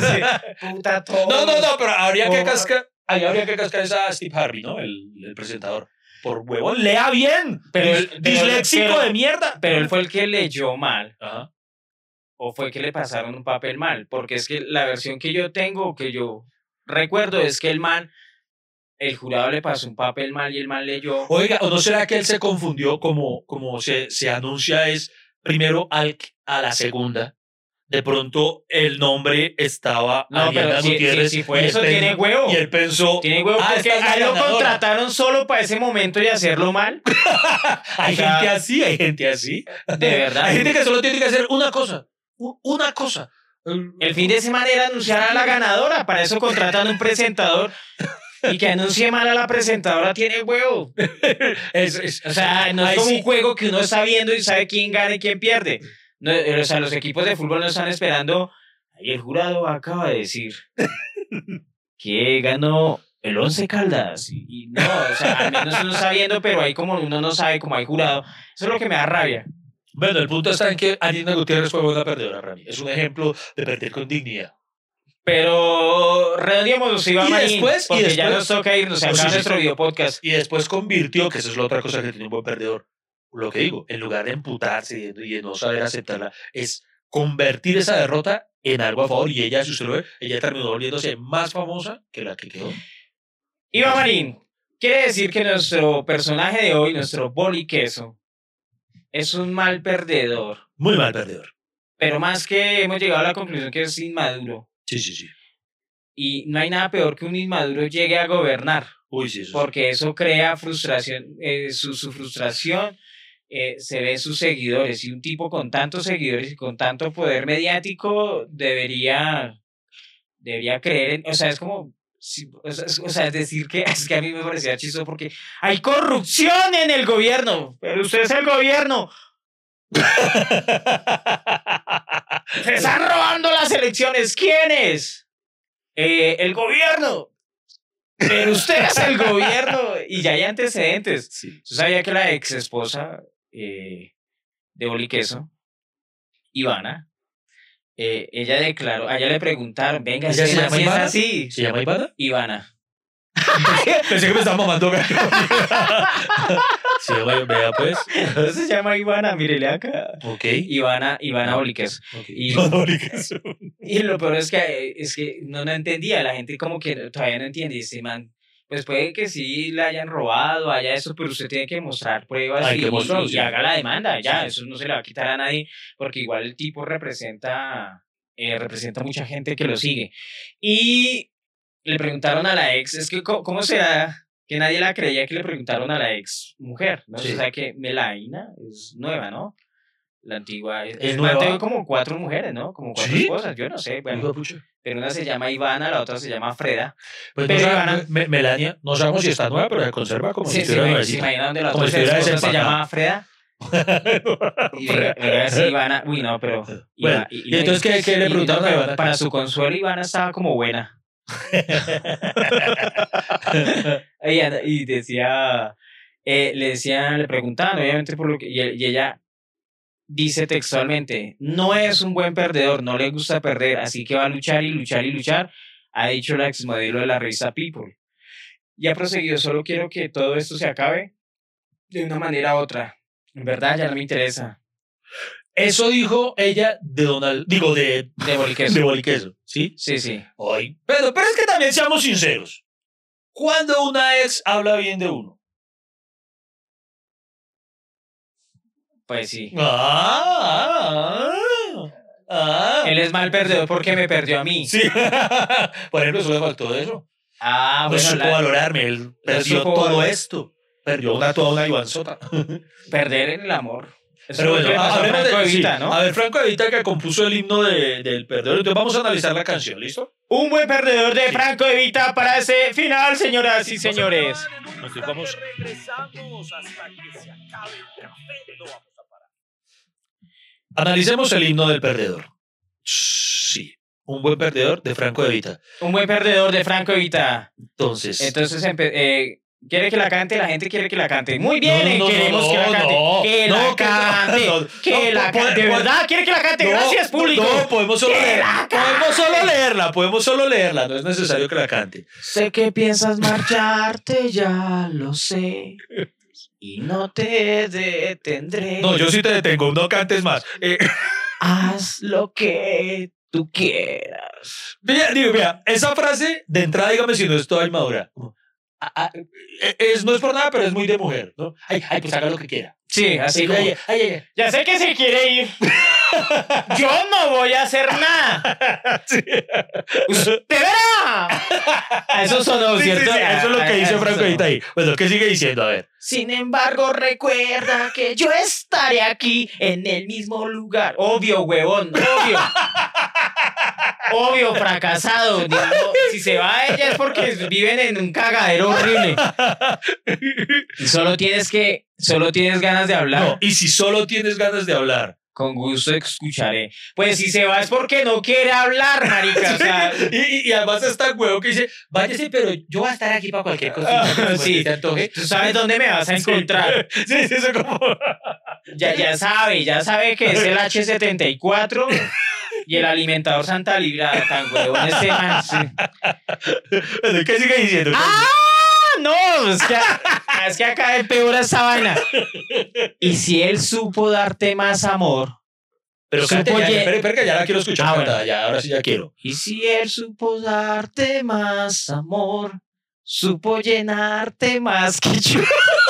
Puta todo. No, no, no, pero habría que Oh. cascar, ahí habría que cascar esa a Steve Harvey, ¿no? El, el presentador. Por huevón, lea bien. Pero Dis- él- pero- disléxico pero- de mierda. Pero él fue el que leyó mal. Ajá. ¿O fue que le pasaron un papel mal? Porque es que la versión que yo tengo, que yo recuerdo, es que el man, el jurado le pasó un papel mal y el man leyó. Oiga, ¿o no será que él se confundió como, como se, se anuncia es primero al, a la segunda? De pronto el nombre estaba No, Ariana pero si, si, Gutiérrez. si y fue él eso, pen- tiene huevo. Y él pensó, Tiene huevo ah, porque esta es la a él lo ganadora. contrataron solo para ese momento y hacerlo mal. Hay O sea, gente así, hay gente así. De verdad. Hay gente que solo tiene que hacer una cosa. u- Una cosa. El fin de semana era anunciar a la ganadora. Para eso contratan un presentador. Y que anuncie mal a la presentadora tiene huevo. Es, es, O sea, no es ahí como sí. un juego que uno está viendo y sabe quién gana y quién pierde. No, o sea, los equipos de fútbol no están esperando. Y el jurado acaba de decir que ganó el Once Caldas. Y, y no, o sea, al menos uno está viendo, pero ahí como uno no sabe, como hay jurado. Eso es lo que me da rabia. Bueno, el punto está en que Anina Gutiérrez fue una perdedora para mí. Es un ejemplo de perder con dignidad. Pero redondeamos, Iván Y Marín, después- y porque después- ya nos toca irnos. Se Oh, sí, acaba sí, nuestro sí. video podcast. Y después convirtió, que esa es la otra cosa que tiene un buen perdedor, lo que digo, en lugar de emputarse y de no saber aceptarla, es convertir esa derrota en algo a favor. Y ella, si usted lo ve, ella terminó volviéndose más famosa que la que quedó. Iván Marín, quiere decir que nuestro personaje de hoy, nuestro boli queso, es un mal perdedor. Muy mal perdedor. Pero más que hemos llegado a la conclusión que es inmaduro. Sí, sí, sí. Y no hay nada peor que un inmaduro llegue a gobernar, Uy, sí, eso sí. porque eso crea frustración, eh, su, su frustración eh, se ve en sus seguidores. Y un tipo con tantos seguidores y con tanto poder mediático debería, debería creer en, o sea, es como, si- o sea, es, o sea, es decir que es que a mí me parecía chistoso porque hay corrupción en el gobierno, pero usted es el gobierno. Se están robando las elecciones. ¿Quién es? Eh, el gobierno. Pero usted es el gobierno. Y ya hay antecedentes. Sí. Yo sabía que la ex esposa eh, de Oli Queso, Ivana, eh, ella declaró, a ella le preguntaron, venga, ¿Ella ¿es se llama es Ivana? así? ¿Se llama Ivana? Ivana. Pensé que me estaba mamando gallo. Se llama, vea pues. Se llama Ivana, mírele acá. Ok. Ivana, Ivana Oli Queso. okay. Y- No, no, ni caso. Y lo peor es que, es que no, no entendía, la gente como que todavía no entiende, y dice, man, pues puede que sí la hayan robado, haya eso, pero usted tiene que mostrar pruebas Hay y, que mostrarlo, y sí. haga la demanda, ya, Sí. eso no se le va a quitar a nadie, porque igual el tipo representa, eh, representa mucha gente que lo sigue. Y le preguntaron a la ex, es que ¿cómo, cómo será que nadie la creía que le preguntaron a la ex mujer? ¿No? Sí. O sea que Melaina es nueva, ¿no? La antigua. Es, ¿Es es nueva? más, tengo como cuatro mujeres, ¿no? Como cuatro ¿Sí? esposas, yo no sé. Bueno, Hijo de pucha. pero una se llama Ivana, la otra se llama Freda. Pues Pero no sabe- Ivana- Me- Melania, no sabemos si está nueva, pero se conserva como si Sí, sí, estuviera me- se nuevecita. imagina donde la Como otra si estuviera esposa se desempacada. llama Freda. Y venga, venga a decir Ivana. Uy, no, pero. Bueno, Iva- y entonces, ¿qué- qué le y- preguntaron no, a pero Ivana? Para su consuelo, Ivana estaba como buena. Ella- y decía, eh, le decían, le preguntaban, obviamente, por lo que, y, y ella dice textualmente, no es un buen perdedor, no le gusta perder, así que va a luchar y luchar y luchar, ha dicho la exmodelo de la revista People. Y ha proseguido, solo quiero que todo esto se acabe de una manera u otra. En verdad, ya no me interesa. Eso dijo ella de Donald, digo, de, De Boliqueso. de Boliqueso, ¿sí? Sí, sí. Hoy. Pero, pero es que también seamos sinceros. Cuando una ex habla bien de uno. Pues sí. Ah, ah, ah. Él es mal perdedor porque me perdió a mí. Sí. Por ejemplo, eso le faltó de eso. Ah, No bueno, supo la- valorarme. Él perdió supo todo valorar. esto. Perdió una toda una Ivanzota. perder en el amor. Eso Pero es lo bueno, que le pasó a hablemos Franco de, de sí, Vita, ¿no? A ver, Franco Evita que compuso el himno de- del perdedor. Entonces vamos a analizar la canción, ¿listo? Un buen perdedor de Sí. Franco de Vita para ese final, señoras y señores. Entonces vamos- regresamos hasta que se acabe el café. No vamos a parar. Analicemos el himno del perdedor. Sí. Un buen perdedor de Franco Evita. Un buen perdedor de Franco de Vita. Entonces. Entonces, empe- eh, ¿quiere que la cante? La gente quiere que la cante. Muy bien, No, no, no, queremos no, que la cante. no, que no, la que- cante. no, que no, la po- cante. ¿De po- verdad? ¿Quiere que la cante? No, Gracias, público. No, podemos solo ¡Que leerla. la Podemos solo leerla. Podemos solo leerla. No es necesario que la cante. Sé que piensas marcharte, ya lo sé. Y no te detendré. No, yo sí te detengo. No cantes más. Eh, Haz lo que tú quieras. mira, digo, mira, esa frase de entrada, dígame si no es toda inmadura. Como, ah, ah, eh, es, no es por nada, pero es muy de mujer, ¿no? Ay, ay, pues haga lo que quiera. Sí, así Ay, como... ay, ay, ay, Ya sé que se quiere ir. Yo no voy a hacer nada. Sí. ¡Usted verá! Eso sonó, Sí, sí, ¿cierto? sí, eso es lo Ah, que ah, dice eso Franco sonó. Evita ahí. Bueno, ¿qué sigue diciendo? A ver. Sin embargo, recuerda que yo estaré aquí en el mismo lugar. Obvio, huevón, obvio. Obvio, fracasado. Digamos, si se va ella es porque viven en un cagadero horrible. Y solo tienes que, solo tienes ganas de hablar. No, y si solo tienes ganas de hablar. Con gusto escucharé. Pues si se va es porque no quiere hablar, marica. O sea, y, y, y además está el huevo que dice, váyase, pero yo voy a estar aquí para cualquier cosa. Sí, te antoje. tú sabes dónde me vas a encontrar. Sí, sí, eso como... Ya, ya sabe, ya sabe que es el hache setenta y cuatro y el alimentador Santa Librada, tan huevón este man. Sí. ¿Qué sigue diciendo? ¡Ah! No, es que, es que acá es peor esa vaina. Y si él supo darte más amor. Pero cante, supo ya, lle- espera, espera, que ya la quiero escuchar Ah, cantada, bueno. ya, ahora sí ya quiero. Y si él supo darte más amor, supo llenarte más que yo.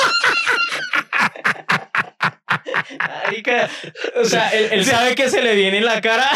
Marica, o sea, él, él sabe que se le viene en la cara.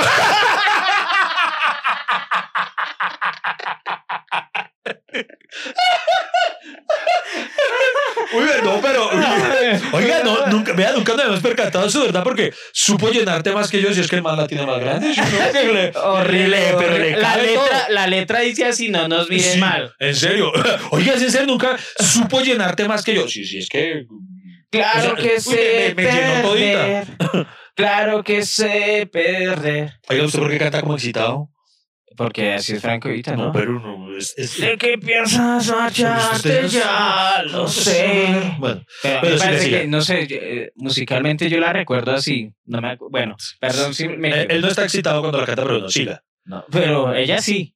Uy, no, pero... Oiga, no, nunca, vea, nunca nos hemos percatado de su verdad porque supo llenarte más que yo si es que el man la tiene más grande. ¿Sí, no? Que le- Horrible, pero horrible. le La cabe todo. letra, la letra dice así, no nos miren Sí, mal. En serio. Oiga, ¿es en serio? Nunca supo llenarte más que yo. Sí, sí, es que... Claro O sea, que uy, sé me- me llenó todita. perder. Claro que sé perder. Oiga, ¿usted por qué canta como excitado? Porque así es Franco Vita, No, ¿no? pero no, es... es De que piensas marcharte Ustedes- ya lo sé. Bueno, Pero, pero me siga, parece siga. que, no sé, eh, musicalmente yo la recuerdo así. No me, acu- bueno, perdón si me él, equivoco. él no está excitado cuando la canta, pero no, siga. No, pero ella sí.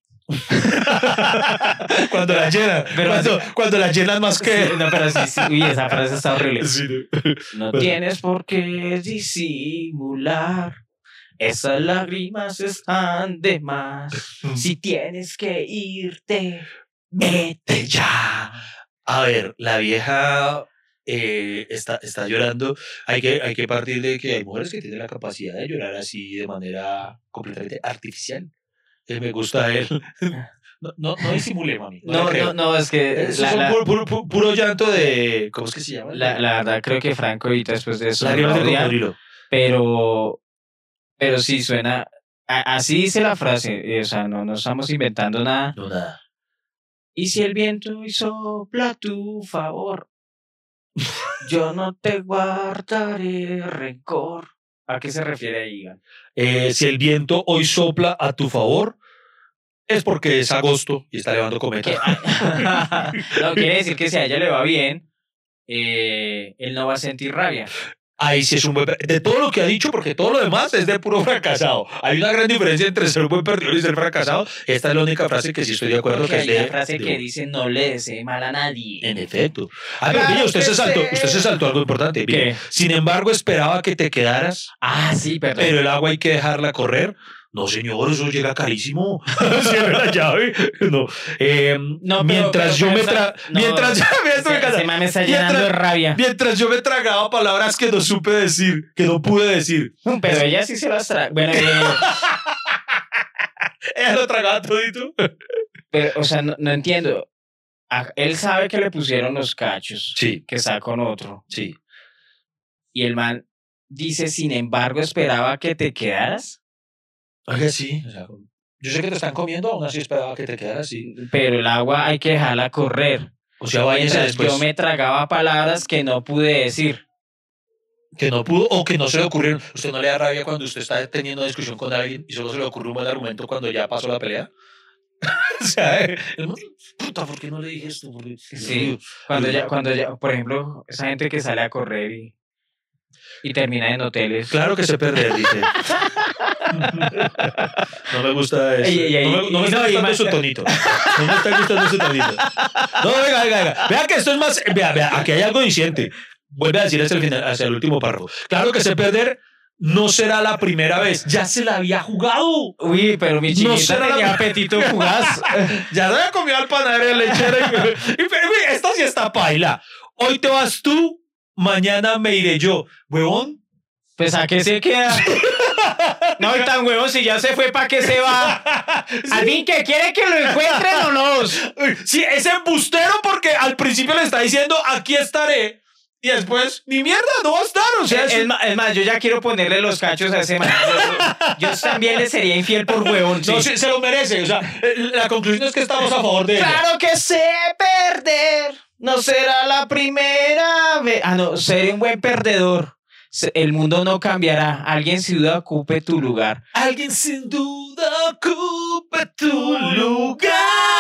Cuando la llenan, Pero cuando, cuando la llenan más que... Sí, no, pero sí, sí. Uy, esa frase está horrible. Sí, no. No Bueno. tienes por qué disimular. Esas lágrimas están de más. Si tienes que irte, vete ya. A ver, la vieja eh, está, está llorando. Hay que, hay que partir de que hay mujeres que tienen la capacidad de llorar así de manera completamente artificial. Eh, me gusta él. No, no, no disimule, mami. No, No, le creo. no, no, es que Eso la, son la, puro, puro, puro- puro llanto de... ¿Cómo es que se llama? la, la verdad creo que Franco ahorita después de eso Lágrimas de odia, cocodrilo. pero pero sí suena a- así dice la frase, eh, o sea, no, no estamos inventando nada. No, nada. Y si el viento hoy sopla a tu favor, yo no te guardaré rencor. ¿A qué se refiere ahí, Iván? Eh, si el viento hoy sopla a tu favor, es porque es agosto y está levando cometa. No, quiere decir que si a ella le va bien, eh, él no va a sentir rabia. Ahí sí es un buen... per- De todo lo que ha dicho, porque todo lo demás es de puro fracasado. Hay una gran diferencia entre ser un buen perdedor y ser fracasado. Esta es la única frase que sí estoy de acuerdo Porque que hay es de... una frase de- que dice no le desee mal a nadie. En efecto. Ah, pero Claro pilla, usted que se saltó, sí. usted se saltó algo importante. Pilla. ¿Qué? Sin embargo, esperaba que te quedaras, Ah, sí, perdón. pero el agua hay que dejarla correr. No, señor, eso llega carísimo. Cierre la llave. No. Eh, No, pero- mientras pero- yo pero me esa- tra... no, mientras yo me esto me ese, encanta. ese man me está Mientras- llenando de rabia. Mientras yo me tragaba palabras que no supe decir, que no pude decir. Pero ella sí se las trae. Bueno, eh, Ella lo tragaba todito. pero, o sea, no, no entiendo. A- él sabe que le pusieron los cachos, Sí, que está con otro. sí. Y el man dice, sin embargo, esperaba que te quedaras. Oiga, sí. O sea, yo sé que te están comiendo, aún así esperaba que te quedaras así. Pero el agua hay que dejarla correr. O sea, váyase Mientras después. yo me tragaba palabras que no pude decir. Que no pudo o que no se le ocurrieron. ¿Usted no le da rabia cuando usted está teniendo una discusión con alguien y solo se le ocurre un buen argumento cuando ya pasó la pelea? O sea, el man, puta, ¿por qué no le dije esto? Porque- Sí. Cuando ya, cuando ya, por ejemplo, esa gente que sale a correr y, y termina en hoteles. Claro que sé perder, dice. No me gusta eso. Ey, ey, ey, no me, no me y- está no, y gustando más- su tonito. No me está gustando su tonito. No, venga, venga, venga. Vea que esto es más. Vea, vea, aquí hay algo diciente. Vuelve a decir hacia el final, hacia el último párrafo. Claro que sé perder. No será la primera vez. Ya se la había jugado. Uy, pero mi No chiquita será la- tenía apetito fugaz. Ya se había comido al panadero de lechera. Y, y, pero, uy, esta sí está paila. Hoy te vas tú, mañana me iré yo. Huevón. Pues a qué se queda. No, y tan huevón, si ya se fue, ¿para qué se va? Al fin que quiere que lo encuentren o no. Sí, es embustero porque al principio le está diciendo aquí estaré y después, ni mierda, no va a estar. O sea, es, es, más, es más, yo ya quiero ponerle los cachos a ese man. Yo, yo también le sería infiel por huevón. Sí. No, se, se lo merece. O sea, la conclusión es que estamos a favor de ella. Claro que sé perder. No será la primera vez. Ah, no, seré un buen perdedor. El mundo no cambiará. Alguien sin duda ocupe tu lugar. Alguien sin duda ocupe tu lugar.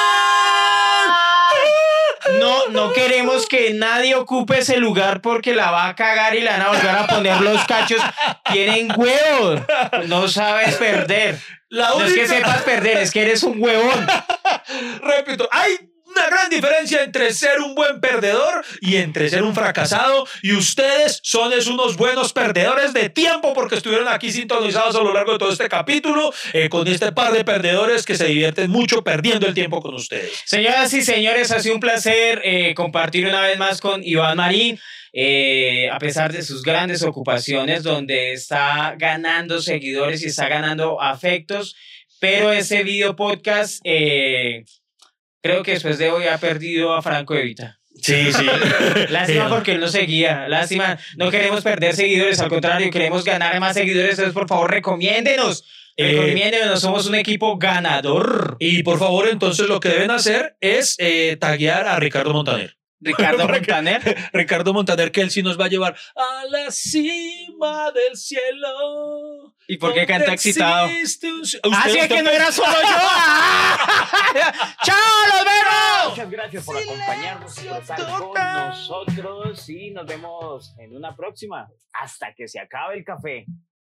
No, no queremos que nadie ocupe ese lugar porque la va a cagar y la van a volver a poner los cachos. Tienen huevos. No sabes perder. La no única... es que sepas perder, es que eres un huevón. Repito, hay una gran diferencia entre ser un buen perdedor y entre ser un fracasado, y ustedes son es unos buenos perdedores de tiempo porque estuvieron aquí sintonizados a lo largo de todo este capítulo eh, con este par de perdedores que se divierten mucho perdiendo el tiempo con ustedes. Señoras y señores, ha sido un placer eh, compartir una vez más con Iván Marín. Eh, a pesar de sus grandes ocupaciones, donde está ganando seguidores y está ganando afectos, pero ese video podcast eh, creo que después de hoy ha perdido a Franco Evita. Sí, sí. Lástima porque él no seguía. Lástima, no queremos perder seguidores, al contrario, queremos ganar más seguidores. Entonces, por favor, recomiéndenos. Eh, recomiéndenos, somos un equipo ganador. Y por favor, entonces lo que deben hacer es eh, taguear a Ricardo Montaner. Ricardo Montaner. Ricardo Montaner, que él sí nos va a llevar a la cima del cielo. ¿Y por qué canta excitado? Un... Ah, sí, es que no era solo yo. ¡Chao, los vemos! Muchas gracias por acompañarnos y estar con nosotros y nos vemos en una próxima. Hasta que se acabe el café.